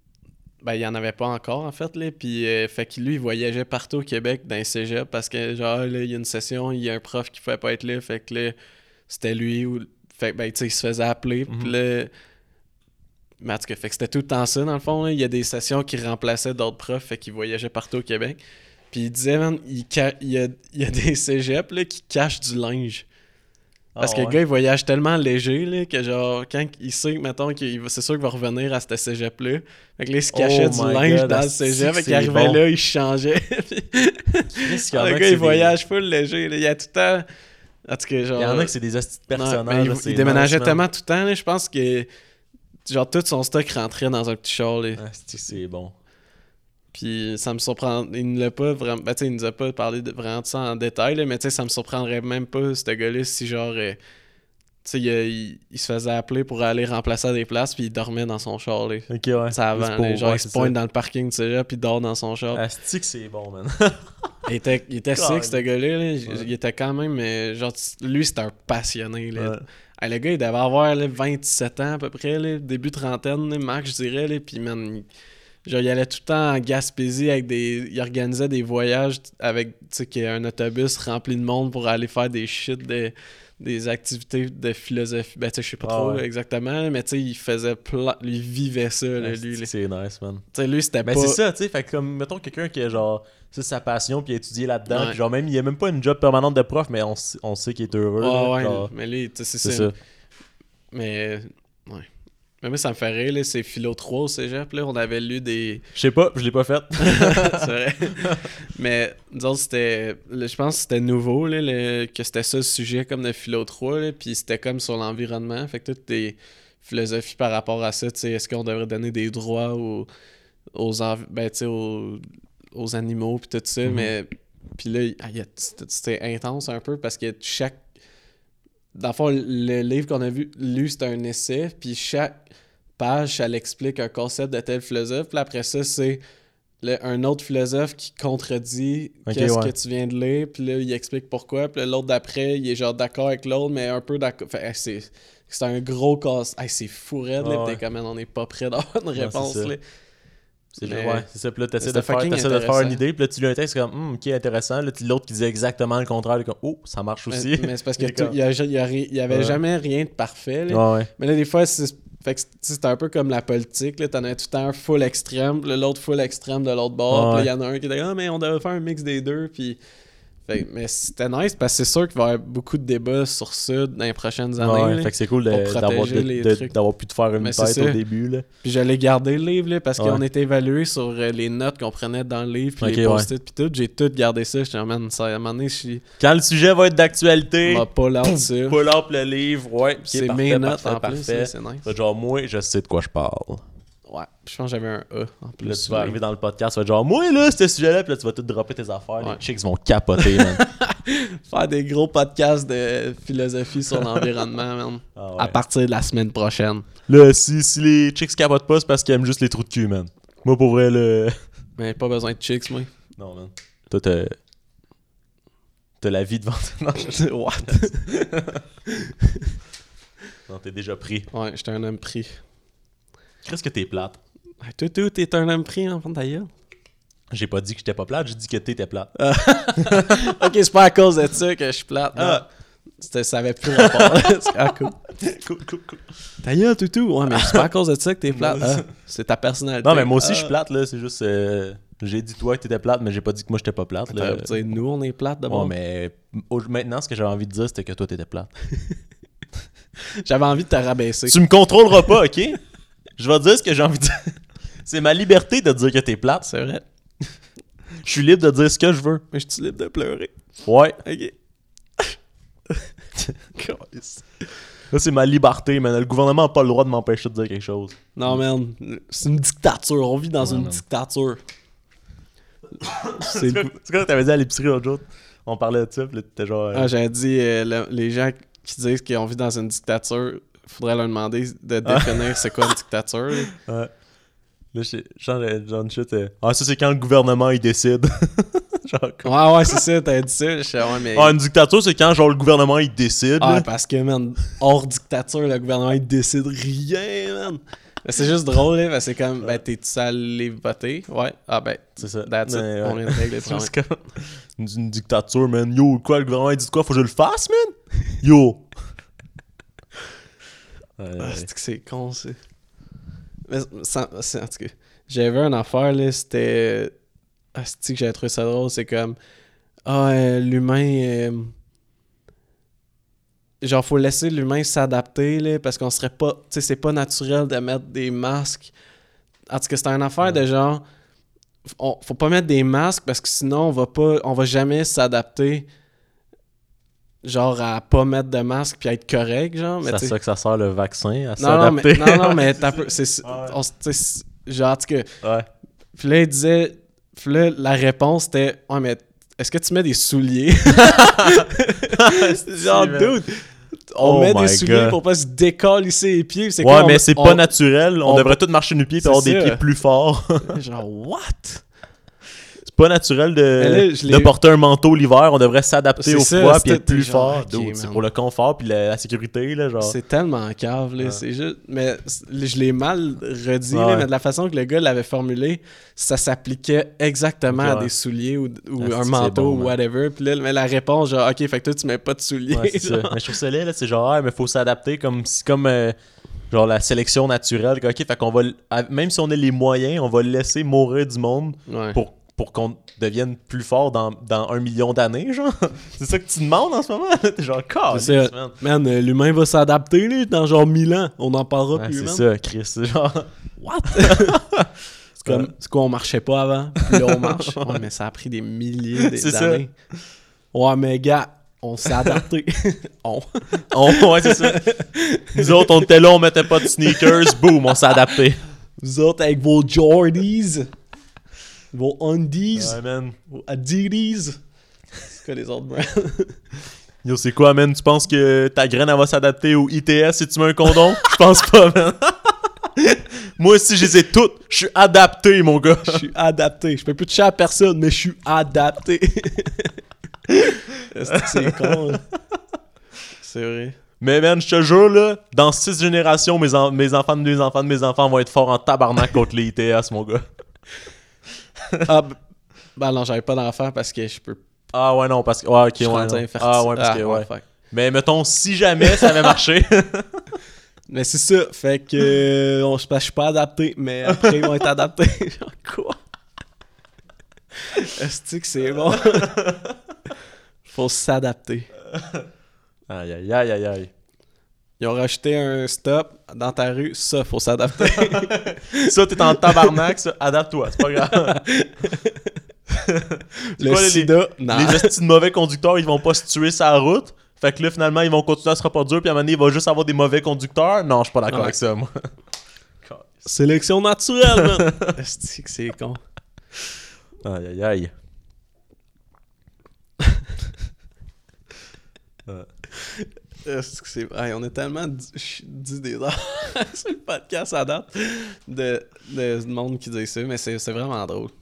Ben, il y en avait pas encore, en fait, là. Puis, euh, fait que lui, il voyageait partout au Québec dans les cégeps parce que, genre, là, il y a une session, il y a un prof qui pouvait pas être là. Fait que là, c'était lui ou. Fait que, ben, tu sais, il se faisait appeler. Puis Mhm. là. Mais en tout cas, fait que c'était tout le temps ça, dans le fond. Là. Il y a des sessions qui remplaçaient d'autres profs, fait qu'il voyageait partout au Québec. Puis il disait, man, il, ca- il, y, a, il y a des cégeps là, qui cachent du linge. Parce Ah, que ouais. le gars, il voyage tellement léger là, que, genre, quand il sait, mettons, qu'il va- c'est sûr qu'il va revenir à ce cégep-là. Fait que là, il se cachait Oh du my linge God, dans le asti cégep. que Fait qu'il c'est arrivait bon. là, il changeait. Puis- Qu'est-ce qu'il y en a le que gars, c'est il des- voyage full léger. Là. Il y a tout le temps. En tout cas, genre. Il y en a que c'est des hosties de Non, personnages. mais il, là, il c'est déménageait nice, man. tellement tout le temps. Là, je pense que. Genre, tout son stock rentrait dans un petit char. Là. Asti que c'est bon. Puis ça me surprend. Il ne l'a pas vraiment. Ben, tu sais, il nous a pas parlé de, vraiment de ça en détail, là, mais tu sais, ça me surprendrait même pas, ce gars-là, si genre. euh, tu sais, il, il, il se faisait appeler pour aller remplacer à des places, puis il dormait dans son char, là. Ok, ouais. Ça avant, Juste pour- là, genre, ouais, il c'est se pointe ça. dans le parking du cégep, puis il dort dans son char. Asti que c'est bon, man. Il était, il était sick, ce gars-là. Là. Il- Ouais. Il était quand même. euh, genre, lui, c'était un passionné. Là. Ouais. Hey, le gars, il devait avoir là, vingt-sept ans à peu près, là, début trentaine, là, max, je dirais. Là, puis, man, il, genre, il allait tout le temps en Gaspésie avec des. Il organisait des voyages avec, tu sais, qu'il y a un autobus rempli de monde pour aller faire des shit, des, des activités de philosophie. Ben, tu sais, je sais pas Ah trop ouais. exactement, mais tu sais, il faisait plein. Il vivait ça, là, Asti lui. que là. c'est nice, man. Tu sais, lui, c'était Ben pas. c'est ça, tu sais, fait que comme, mettons quelqu'un qui a genre, c'est sa passion, puis il a étudié là-dedans, Ouais. puis genre même, il a même pas une job permanente de prof, mais on, s- on sait qu'il est heureux. Ah là, ouais, genre, mais lui, tu sais, c'est c'est ça. ça. Mais, ouais. Mais moi, ça me fait rire, là, c'est Philo trois au cégep, là, on avait lu des... Je sais pas, je l'ai pas fait. c'est vrai. Mais, nous autres, c'était... le- Je pense que c'était nouveau, là, le- que c'était ça le sujet comme de Philo trois, là, puis c'était comme sur l'environnement, fait que toutes tes... philosophie par rapport à ça. Tu sais, est-ce qu'on devrait donner des droits aux, aux, env- ben, tu sais, aux, aux animaux puis tout ça, Mm-hmm. mais puis là, il y a- c'était intense un peu parce que chaque... Dans le fond, le livre qu'on a vu, lu, c'était un essai, puis chaque page, elle explique un concept de tel philosophe, puis après ça, c'est le- un autre philosophe qui contredit Ok, qu'est-ce ouais. que tu viens de lire, puis là, il explique pourquoi, puis là, l'autre d'après, il est genre d'accord avec l'autre, mais un peu d'accord. Fait, hey, c'est, c'est un gros casse. Hey, c'est fou raide, là, Ah, pis ouais. t'es comme, man, on n'est pas prêt d'avoir une c'est réponse, ça. là. C'est Mais- juste, ouais, c'est ça. Puis là, t'essaies c'était de faire, fucking t'essaies de faire une intéressant. idée. Puis là, tu lis un texte comme, hum, ok, intéressant. Là, tu- l'autre qui disait exactement le contraire. Là, comme, oh, ça marche Mais, aussi. mais c'est parce Il est qu'il comme- y, a- il y, a ri- il y avait Ouais. jamais rien de parfait, là. Ouais, ouais. Mais là, des fois, c'est, fait que c'est c'est un peu comme la politique. Là. T'en as tout le temps un full extrême, puis là, l'autre full extrême de l'autre bord. Ouais. Puis là, il y en a un qui dit ah, mais on devrait faire un mix des deux. Puis... Fait, mais c'était nice parce que c'est sûr qu'il va y avoir beaucoup de débats sur ça dans les prochaines années. Ouais, là. fait que c'est cool de- pour d'avoir, protéger de- les de- trucs. d'avoir pu te faire une Mais c'est tête ça. au début. Là. Puis j'allais garder le livre là, parce Ouais. qu'on était évalué sur euh, les notes qu'on prenait dans le livre, puis Ok, les ouais. post-it, puis tout. J'ai tout gardé ça. J'étais en man, ça, à un moment donné, je suis Quand le sujet va être d'actualité, m'a pas l'air de ça. pull up le livre. Ouais, ok, C'est parfait, mes notes parfait, en plus, parfait. là, c'est nice. Fait genre, moi, je sais de quoi je parle. Ouais, je pense que j'avais un A en Puis là, plus. tu vas arriver dans le podcast, tu vas être genre, moi, là, ce sujet-là, puis là, tu vas tout dropper tes affaires. Ouais. Les chicks vont capoter, man. Faire des gros podcasts de philosophie sur l'environnement, man. Ah ouais. À partir de la semaine prochaine. Là, si, si les chicks capotent pas, c'est parce qu'ils aiment juste les trous de cul, man. Moi, pour vrai, le. Mais pas besoin de chicks, moi. Non, man. Toi, t'as. T'as la vie devant toi. Non, What? non, t'es déjà pris. Ouais, j'étais un homme pris. Qu'est-ce que t'es plate? Hey, toi, toi, t'es un homme pris, enfant d'ailleurs. J'ai pas dit que j'étais pas plate, j'ai dit que t'étais plate. Ok, c'est pas à cause de ça que je suis plate. Ah, c'était, ça avait plus rapport. C'est- ah, cool. Cool, cool, cool. Ta gueule, toutou. Ouais, mais c'est pas à cause de ça que t'es plate. Non, Ah, c'est ta personnalité. Non, mais moi aussi, Ah. je suis plate, là. C'est juste. euh, J'ai dit toi que t'étais plate, mais j'ai pas dit que moi j'étais pas plate. Là. T'aurais pu dire, nous, on est plate d'abord. Ouais, mais au- maintenant, ce que j'avais envie de dire, c'était que toi t'étais plate. J'avais envie de te rabaisser. Tu me contrôleras pas, ok? Je vais te dire ce que j'ai envie de dire. C'est ma liberté de dire que t'es plate. C'est vrai. Je suis libre de dire ce que je veux. Mais je suis libre de pleurer. Ouais. Ok. Là, c'est ma liberté, man. Le gouvernement n'a pas le droit de m'empêcher de dire quelque chose. Non, man. C'est une dictature. On vit dans Ouais, une man. dictature. C'est C'est le quoi c'est quoi que t'avais dit à l'épicerie l'autre jour? On parlait de ça, pis là, t'étais genre. euh, Ah, j'avais dit, euh, le- les gens qui disent qu'on vit dans une dictature, faudrait leur demander de définir c'est quoi une dictature. là. Ouais. Là, je genre, genre, de shit, euh, ah, ça, c'est quand le gouvernement, il décide. genre, comme- Ouais, ouais, c'est ça, t'as dit ça. Je suis ouais, mais. Ah, une dictature, c'est quand, genre, le gouvernement, il décide. Ah, là. parce que, man, hors dictature, le gouvernement, il décide rien, man. Mais c'est juste drôle, là, parce que c'est comme, ben, t'es-tu allé voter? Ouais. Ah, ben, C'est ça. that's it. Mais, On ouais. vient de régler le C'est problème. juste comme une, une dictature, man. Yo, quoi, le gouvernement, il dit quoi? Faut que je le fasse, man? Yo! Ouais, Ah, ouais. c'est que c'est con, ça. Mais, ça- c'est- en tout cas, j'avais vu une affaire, là, c'était... Ah, c'est que j'avais trouvé ça drôle, c'est comme... Ah, euh, l'humain... euh, Genre, faut laisser l'humain s'adapter, là, parce qu'on serait pas... Tu sais, c'est pas naturel de mettre des masques. En tout cas, c'était une affaire de genre... on- faut pas mettre des masques, parce que sinon, on va pas... On va jamais s'adapter... Genre, à pas mettre de masque puis à être correct, genre. Mais C'est à tu sais- ça que ça sert le vaccin, à non, non, mais, s'adapter. non, non, mais t'as peu. C'est, Ouais. on s- tu sais, c'est- genre, en tout cas. Ouais. Puis là, il disait. Puis là, la réponse était ouais, mais est-ce que tu mets des souliers? Genre, dude, on Oh met my des souliers God. pour pas se décalisser les pieds. C'est Ouais, quoi, mais on- c'est on- pas naturel. On, on- devrait tous marcher nu pied et C'est avoir des ça. pieds plus forts. Genre, what? C'est pas naturel de, Mais là, je l'ai- de porter un manteau l'hiver. On devrait s'adapter C'est au ça, froid c'était- puis être plus genre, fort. ok, Dude, man. c'est pour le confort puis la, la sécurité, là, genre. C'est tellement cave, là. Ouais. C'est juste. Mais c- je l'ai mal redit, Ouais. là, mais de la façon que le gars l'avait formulé, ça s'appliquait exactement Ok, à ouais. des souliers ou, ou Ah, c'est un que c'est manteau bon, ou man. whatever. Puis là, mais la réponse, genre, ok, fait que toi, tu mets pas de souliers. Ouais, c'est ça. genre. Mais je trouve ça laid, là, c'est genre, ah, mais faut s'adapter comme si, comme euh, genre la sélection naturelle. Ok, fait qu'on va, l- à- même si on a les moyens, on va laisser mourir du monde Ouais. pour, pour qu'on devienne plus fort dans, dans un million d'années, genre. C'est ça que tu demandes en ce moment? là? T'es genre, C'est calisse, ça. man. Man, euh, l'humain va s'adapter, là, dans genre mille ans. On n'en parlera Ouais, plus, c'est man. ça, Chris. C'est genre. What? c'est comme, c'est quoi, on marchait pas avant? Puis là, on marche. Ouais, mais ça a pris des milliers C'est ça. d'années. Ouais, mais gars, On s'est adapté. on. On, ouais, c'est ça. Nous autres, on était là, on mettait pas de sneakers, boum, on s'est adapté. Vous autres, avec vos Jordies, vos Undies, Ouais, man. vos Adidas. C'est quoi les autres brands? Yo, c'est quoi, man? Tu penses que ta graine, elle va s'adapter au I T S si tu mets un condom? Je pense pas, man. Moi aussi, je les ai toutes. Je suis adapté, mon gars. Je suis adapté. Je peux plus toucher à personne, mais je suis adapté. Est-ce que c'est con, hein? C'est vrai. Mais, man, je te jure, là, dans six générations, mes, en- mes enfants de mes enfants de mes enfants vont être forts en tabarnak contre les I T S, mon gars. Ah, b- ben non, j'avais pas d'enfant parce que je peux Ah, ouais, non, parce que. Ouais, ok, je suis ouais. rendu non. infertile. Ah, ouais, parce que, Ah, ouais. fuck. Mais, mettons, si jamais ça avait marché. Mais c'est ça, fait que euh, on, je suis pas adapté, mais après ils vont être adaptés. Genre quoi? Est-ce que c'est bon? Faut s'adapter. Aïe, aïe, aïe, aïe, aïe. Ils ont rajouté un stop dans ta rue, ça, faut s'adapter. Ça, t'es en tabarnak, ça. Adapte-toi, c'est pas grave. Le quoi, les- sida, non. Les estis de mauvais conducteurs, ils vont pas se tuer sur la route. Fait que là, finalement, ils vont continuer à se reproduire. Puis à un moment donné, il va juste avoir des mauvais conducteurs. Non, je suis pas d'accord Ouais. avec ça, moi. Sélection naturelle, man. Est-ce que c'est con? Aïe, aïe, aïe. Est-ce que c'est... Hey, on a tellement dit, dit des heures sur le podcast à date de, de monde qui dit ça, mais c'est, c'est vraiment drôle.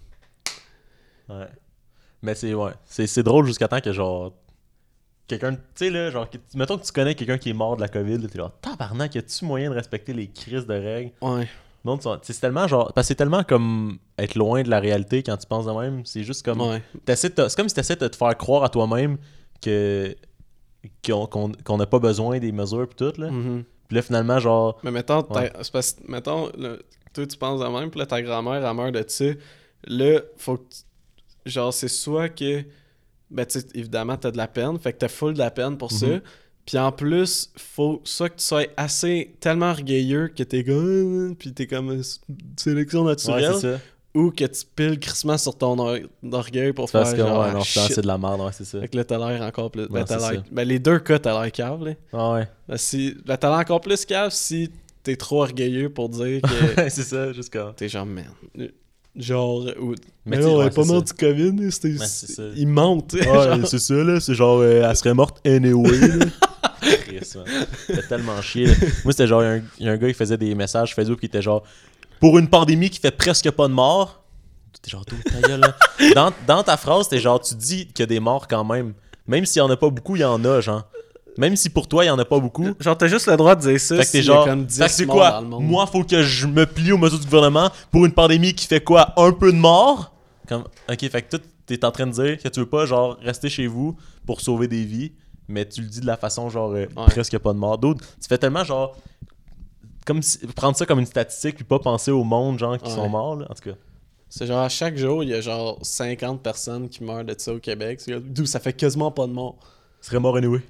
Ouais. Mais c'est, ouais. C'est, c'est drôle jusqu'à temps que, genre... Quelqu'un... Tu sais, là, genre... que- Mettons que tu connais quelqu'un qui est mort de la COVID, là, t'es genre... Tabarnak, y a-tu moyen de respecter les crises de règles? Ouais. Non, tu- c'est tellement, genre... Parce que c'est tellement comme... Être loin de la réalité quand tu penses de même. C'est juste comme... Ouais. T'essaies de te- C'est comme si t'essaies de te faire croire à toi-même que... Qu'on, qu'on, qu'on n'a pas besoin des mesures pis tout, là. Mhm. Puis là, finalement, genre... Mais mettons, ta- Ouais. c'est parce, mettons là, toi tu penses de même, puis là ta grand-mère elle meurt de ça. Là, faut que tu- genre c'est soit que ben tu sais, évidemment t'as de la peine, fait que t'as full de la peine pour ça. Mhm. Puis en plus, faut soit que tu sois assez tellement orgueilleux que t'es comme puis t'es comme euh, sélection Ouais, naturelle, c'est ça. ou que tu piles crissement sur ton or- orgueil pour Parce faire que, genre ouais, non, ah, finalement, shit. c'est de la merde, ouais, c'est ça. Fait que là t'as l'air encore plus ben, Ouais, t'as c'est l'air... ça. ben les deux cas t'as l'air cave là. Ah ouais. Ben, si... ben, t'as l'air encore plus cave si t'es trop orgueilleux pour dire que c'est ça, juste comme... t'es genre, man. Genre, ou. Mais Mais tu sais, non, elle ouais, est pas c'est morte ça. du COVID, c'était. Ouais, c'est ça. Il mente, tu sais, Ouais, genre. c'est ça, là. C'est genre, euh, elle serait morte anyway, là. Chris, man. C'était tellement chier, là. Moi, c'était genre, il y a un- il y, a un gars qui faisait des messages Facebook qui était genre, pour une pandémie qui fait presque pas de morts. T'es genre, tout ta gueule, là. Dans, dans ta phrase, t'es genre, tu dis qu'il y a des morts quand même. Même s'il y en a pas beaucoup, il y en a, genre. Même si pour toi, il y en a pas beaucoup. Genre, t'as juste le droit de dire ça. Fait que t'es s'il y a genre, comme fait dix que c'est morts quoi? dans le monde. Moi, faut que je me plie aux mesures du gouvernement pour une pandémie qui fait quoi? Un peu de mort? Comme, ok, fait que toi, t'es en train de dire que tu veux pas, genre, rester chez vous pour sauver des vies, mais tu le dis de la façon, genre, euh, Ouais. presque pas de mort. D'autres, tu fais tellement, genre, comme si- prendre ça comme une statistique puis pas penser au monde, genre, qui Ouais. sont morts, là, en tout cas. C'est genre, à chaque jour, il y a genre cinquante personnes qui meurent de ça au Québec. C'est d'où ça fait quasiment pas de mort. Ce serait mort anyway.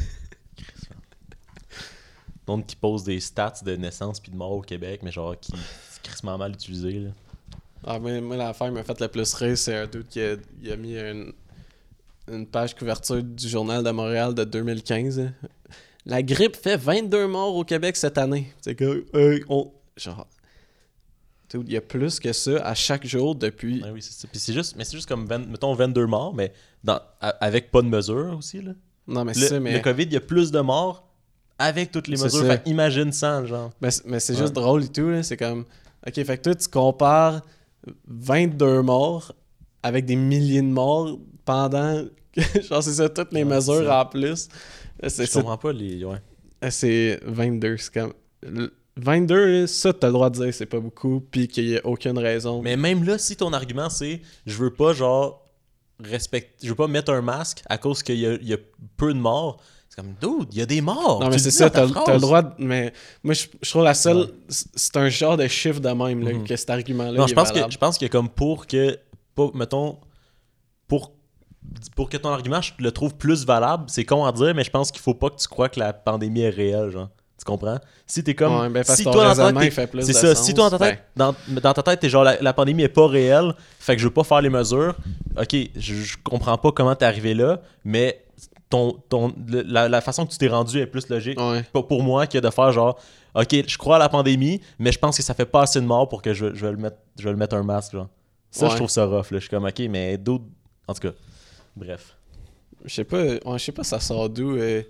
Donc, qui pose des stats de naissance puis de mort au Québec, mais genre, qui c'est crissement mal utilisé, là. Ah, mais moi, l'affaire qui m'a fait le plus rire, c'est un dude qui a, il a mis une, une page couverture du Journal de Montréal de deux mille quinze. hein. La grippe fait vingt-deux morts au Québec cette année. C'est que, euh, on. Genre. Dude, il y a plus que ça à chaque jour depuis. Ouais, oui, c'est ça. Puis c'est juste, mais c'est juste comme, vingt mettons, vingt-deux morts, mais dans, a- avec pas de mesures aussi, là. Non, mais Le, c'est ça, mais. le COVID, il y a plus de morts avec toutes les C'est mesures. ça. Fait imagine ça, genre. Mais, c'est- mais c'est Ouais. juste drôle et tout, là. C'est comme. Ok, fait que toi, tu compares vingt-deux morts avec des milliers de morts pendant. Genre, c'est ça, toutes les Ouais, mesures c'est ça. en plus. C'est, Je c'est, comprends pas les. Ouais. c'est vingt-deux. C'est comme. le- vingt-deux, là, ça, t'as le droit de dire c'est pas beaucoup, puis qu'il y a aucune raison. Mais même là, si ton argument c'est je veux pas, genre, respecter. Je veux pas mettre un masque à cause qu'il y a, il y a peu de morts. C'est comme, dude, il y a des morts. Non, Tu mais le c'est dis ça, dans ta t'as, phrase. t'as le droit de. Mais moi, je, je trouve la seule. Ouais. c'est- C'est un genre de chiffre de même, là, Mhm. que cet argument-là. Non, il je est pense, que, valable. je pense que comme pour que, pas, mettons, pour, pour que ton argument, je le trouve plus valable, c'est con à dire, mais je pense qu'il faut pas que tu crois que la pandémie est réelle, genre. Tu comprends? Si t'es comme... Ouais, ben parce si que ton toi, dans ta raisonnement, tête, il fait plus c'est de ça, sens, si toi, dans ta tête, dans, dans ta tête, t'es genre, la, la pandémie est pas réelle, fait que je veux pas faire les mesures, ok, je, je comprends pas comment t'es arrivé là, mais ton, ton, le- la, la façon que tu t'es rendu est plus logique Ouais. pour, pour moi que de faire genre, ok, je crois à la pandémie, mais je pense que ça fait pas assez de morts pour que je, je, vais, le mettre, je vais le mettre un masque. Genre. Ça, Ouais. je trouve ça rough. Là. Je suis comme, ok, mais d'autres. En tout cas, bref. Je sais pas, ouais, je sais pas ça sort d'où euh,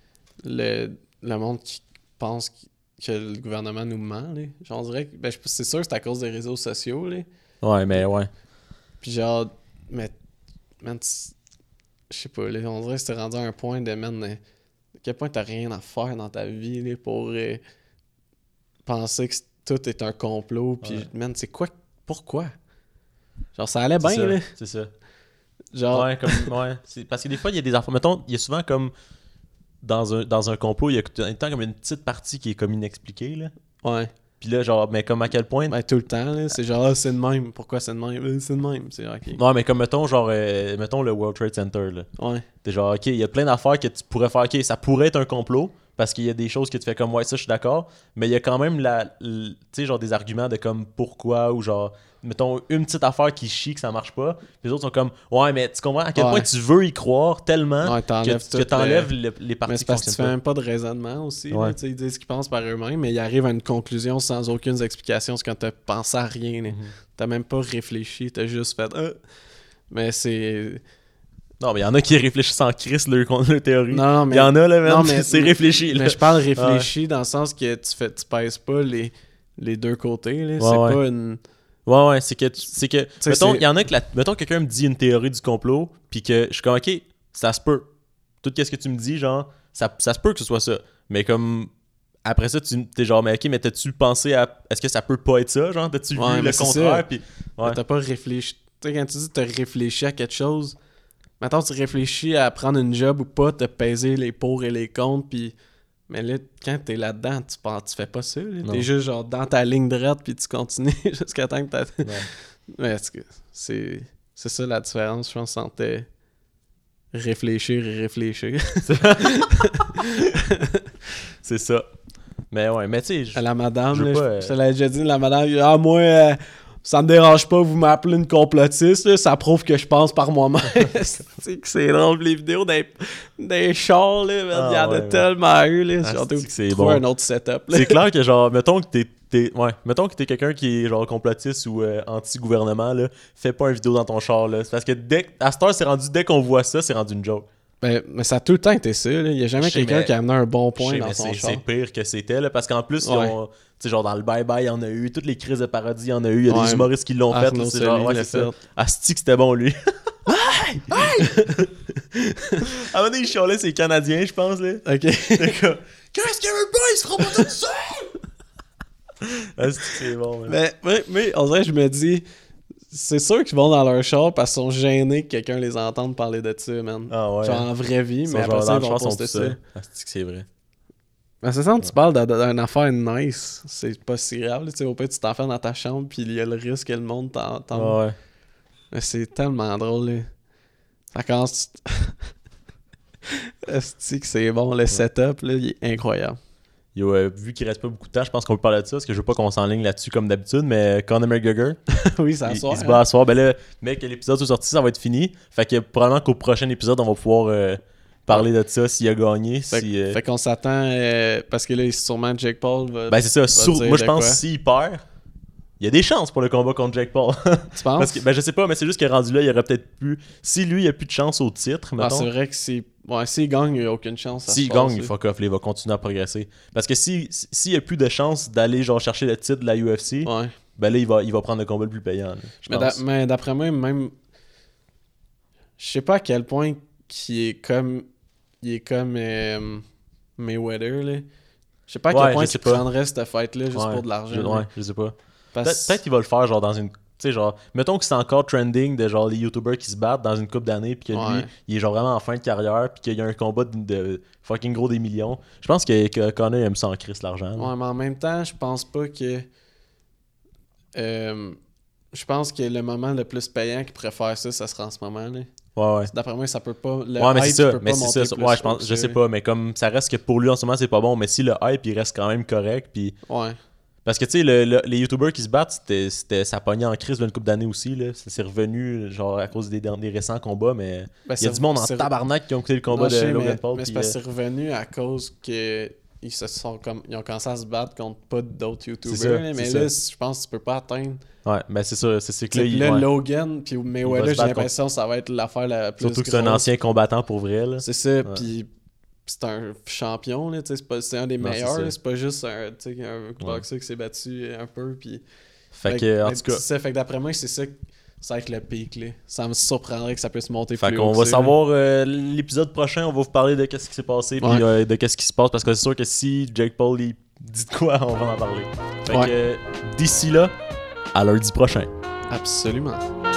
le, le monde qui pense qu- que le gouvernement nous ment. Là. Genre, on dirait que, ben, je sais pas, c'est sûr que c'est à cause des réseaux sociaux. Là. Ouais, mais ouais. Puis genre, mais, man, tu- je sais pas, là, on dirait que c'était rendu à un point de, man, euh, à quel point t'as rien à faire dans ta vie là, pour euh, penser que c- tout est un complot. Puis, Ouais. man, c'est quoi, pourquoi? Genre, ça allait C'est bien, ça, là. c'est ça. Genre, Ouais, comme, ouais. C'est, parce que des fois, il y a des affaires. Mettons, il y a souvent comme. Dans un, dans un complot, il y a tout le temps comme une petite partie qui est comme inexpliquée. Là. ouais. Puis là, genre, mais comme à quel point. Ben, tout le temps, là, c'est genre, ah, c'est de même. Pourquoi c'est de même? Euh, C'est de même. C'est ok. Non, mais comme mettons, genre, euh, mettons le World Trade Center. Là. Ouais. T'es genre, ok, il y a plein d'affaires que tu pourrais faire. Ok, ça pourrait être un complot. Parce qu'il y a des choses que tu fais comme, ouais, ça, je suis d'accord. Mais il y a quand même la. l- Tu sais, genre, des arguments de comme pourquoi ou genre. Mettons, une petite affaire qui chie que ça marche pas. Puis les autres sont comme, ouais, mais tu comprends à quel Ouais. point tu veux y croire tellement Ouais, que, t'enlèves que tout t'enlèves le- le- les parties Mais qui c'est parce que tu fais fonctionnent même pas de raisonnement aussi. Ouais. là, tu sais, ils disent ce qu'ils pensent par eux-mêmes, mais ils arrivent à une conclusion sans aucune explication. C'est quand t'as pensé à rien. là. Mhm. T'as même pas réfléchi. T'as juste fait. Ah. Mais c'est. pas. Non, mais il y en a qui réfléchissent en crise leur, leur théorie. Non, non, mais. Il y en a, là, même, non, mais- c'est réfléchi. Là. Mais je parle réfléchi dans le sens que tu fais, tu pèses pas les, les deux côtés. Là. Ouais, c'est ouais. pas une. Ouais, ouais, c'est que. tu- C'est que sais, mettons, c'est- il y en a que. La, mettons, quelqu'un me dit une théorie du complot, puis que je suis comme, ok, ça se peut. Tout ce que tu me dis, genre, ça, ça se peut que ce soit ça. Mais comme. Après ça, tu t'es genre, mais ok, mais t'as-tu pensé à. Est-ce que ça peut pas être ça, genre? T'as-tu Ouais, vu mais le c'est contraire? ça. Puis. Mais Ouais. t'as pas réfléchi. Tu sais, quand tu dis que t'as réfléchi à quelque chose, maintenant tu réfléchis à prendre une job ou pas, t'as pesé les pour et les contre, puis. Mais là, quand t'es là-dedans, tu, penses, tu fais pas ça. là. Non. T'es juste genre dans ta ligne droite, puis tu continues jusqu'à temps que t'as. Ouais. Mais est-ce que c'est. C'est ça la différence, je pense, entre euh, réfléchir et réfléchir. C'est ça. Mais ouais, mais tu sais. je- À la madame, je veux là, pas, je, euh, je te l'avais déjà dit, la madame, ah, moi, euh, ça me dérange pas, vous m'appelez une complotiste, là, ça prouve que je pense par moi-même. c'est que c'est drôle, les vidéos des, des chars, là, man, Ah, il y en a ouais, ouais. tellement eu, là. Ah, Genre, c'est t'as que c'est trouvé bon. un autre setup, là. C'est clair que genre, mettons que t'es, t'es- ouais, mettons que t'es quelqu'un qui est genre complotiste ou euh, anti-gouvernement, là, fais pas une vidéo dans ton char, là. C'est parce que dès, que- à cette heure, c'est rendu, dès qu'on voit ça, c'est rendu une joke. Ben, mais ça a tout le temps été ça, là. Il y a jamais Je sais, quelqu'un mais- qui a amené un bon Je point sais, dans mais son c'est, char. c'est pire que c'était, là, parce qu'en plus, ils Ouais. ont- tu sais, genre dans le bye-bye, il y en a eu, toutes les crises de parodie, il y en a eu, il y a Ouais. des humoristes qui l'ont fait, Arnaud là, c'est genre, Soli ouais, l'a c'est ça. fait. Asti que c'était bon, lui. Hey! Hey! À un moment donné, il chialait, c'est Canadien, je pense, là. Ok. C'est comme, qu'est-ce qu'il veut pas, il se fera pas tout seul! Asti que c'est bon, man. mais, mais, mais, on dirait, je me dis, c'est sûr qu'ils vont dans leur char parce qu'ils sont gênés que quelqu'un les entende parler de ça, man. Ah ouais. Genre en vraie vie, Ils sont mais après genre ça, dans ils le vont char, sont poster tout ça. ça. Asti que c'est vrai. Mais c'est ça, tu parles d'un- d'une affaire nice. C'est pas si grave, là, tu sais, au pire, tu t'enfermes dans ta chambre, puis il y a le risque que le monde t'entende. Ah ouais. Mais c'est tellement drôle, là. Ça commence... Est-ce que c'est bon, le setup, là, il est incroyable. Yo, euh, vu qu'il reste pas beaucoup de temps, je pense qu'on peut parler de ça, parce que je veux pas qu'on s'enligne là-dessus comme d'habitude, mais Conor McGregor, oui, ça il, soir. il se bat à soir. Ben là, mec, l'épisode soit sorti, ça va être fini. Fait que probablement qu'au prochain épisode, on va pouvoir euh, parler de ça, s'il a gagné. Fait, si, euh, fait qu'on s'attend... euh, parce que là, sûrement Jake Paul va... Ben c'est ça, va sur- dire moi je de pense quoi. que s'il perd, il y a des chances pour le combat contre Jake Paul. Tu penses? Parce que, ben je sais pas, mais c'est juste qu'il est rendu là, il aurait peut-être pu... Si lui, il a plus de chance au titre, Ah, mettons... c'est vrai que c'est... Ouais, s'il gagne, il n'y a aucune chance. ça S'il se gagne, passe, il là. fuck off, là, il va continuer à progresser. Parce que si s'il y a plus de chances d'aller genre chercher le titre de la U F C, Ouais. ben là il va, il va prendre le combat le plus payant. là, je Mais, pense. d'a- mais d'après moi, même... Je sais pas à quel point qu'il est comme... Il est comme euh, Mayweather, là. Je sais pas à quel Ouais, point je sais il pas. prendrait cette fight-là juste Ouais, pour de l'argent. je, là. ouais, je sais pas. Parce- Peut-être peut-être qu'il va le faire genre dans une... Tu sais, genre, mettons que c'est encore trending de genre les YouTubers qui se battent dans une couple d'années, puis que Ouais. lui, il est genre vraiment en fin de carrière, puis qu'il y a un combat de, de fucking gros des millions. Je pense que, que Conor aime ça en crise l'argent. là. Ouais, mais en même temps, je pense pas que... Euh, je pense que le moment le plus payant qui pourrait faire ça, ça sera en ce moment, là. Ouais, ouais. D'après moi, ça peut pas... Le Ouais, mais c'est hype ça. peut Mais pas c'est monter ça. plus Ouais, je haut pense, que je sais ça. pas, mais comme ça reste que pour lui en ce moment, c'est pas bon. Mais si le hype il reste quand même correct, puis Ouais. Parce que, tu sais, le, le, les YouTubers qui se battent, c'était, c'était, ça pognait en crise là, une couple d'années aussi. Là. Ça s'est revenu, genre, à cause des, des récents combats, mais Ben, il y a du monde en c'est- tabarnak qui ont écouté le combat Non, je de sais, Logan mais, Paul. mais c'est puis, parce euh, que c'est revenu à cause que ils se sont comme ils ont commencé à se battre contre pas d'autres C'est YouTubers. ça, là, mais c'est là, je pense que tu peux pas atteindre. Ouais, mais c'est ça, c'est, c'est que Tu sais, là, puis il- là, ouais. Logan puis va Mayweather, se j'ai battre l'impression que ça va être l'affaire la plus Surtout que c'est un grosse. ancien combattant pour vrai, là. C'est ça, puis c'est un champion, là, tu sais, c'est, pas- c'est un des Non, c'est meilleurs, ça. là, c'est pas juste un, tu sais, un boxeur qui s'est battu un peu, puis... Fait que, en mais tout cas, c'est ça, fait que d'après moi, c'est ça, ça va être le pic, là. Ça me surprendrait que ça puisse monter fait plus qu'on haut va que ça, savoir euh, l'épisode prochain, on va vous parler de qu'est-ce qui s'est passé, puis Ouais. euh, de qu'est-ce qui se passe, parce que c'est sûr que si Jake Paul il dit de quoi, on va en parler. Fait Ouais. que euh, d'ici là, à lundi prochain. là. Absolument.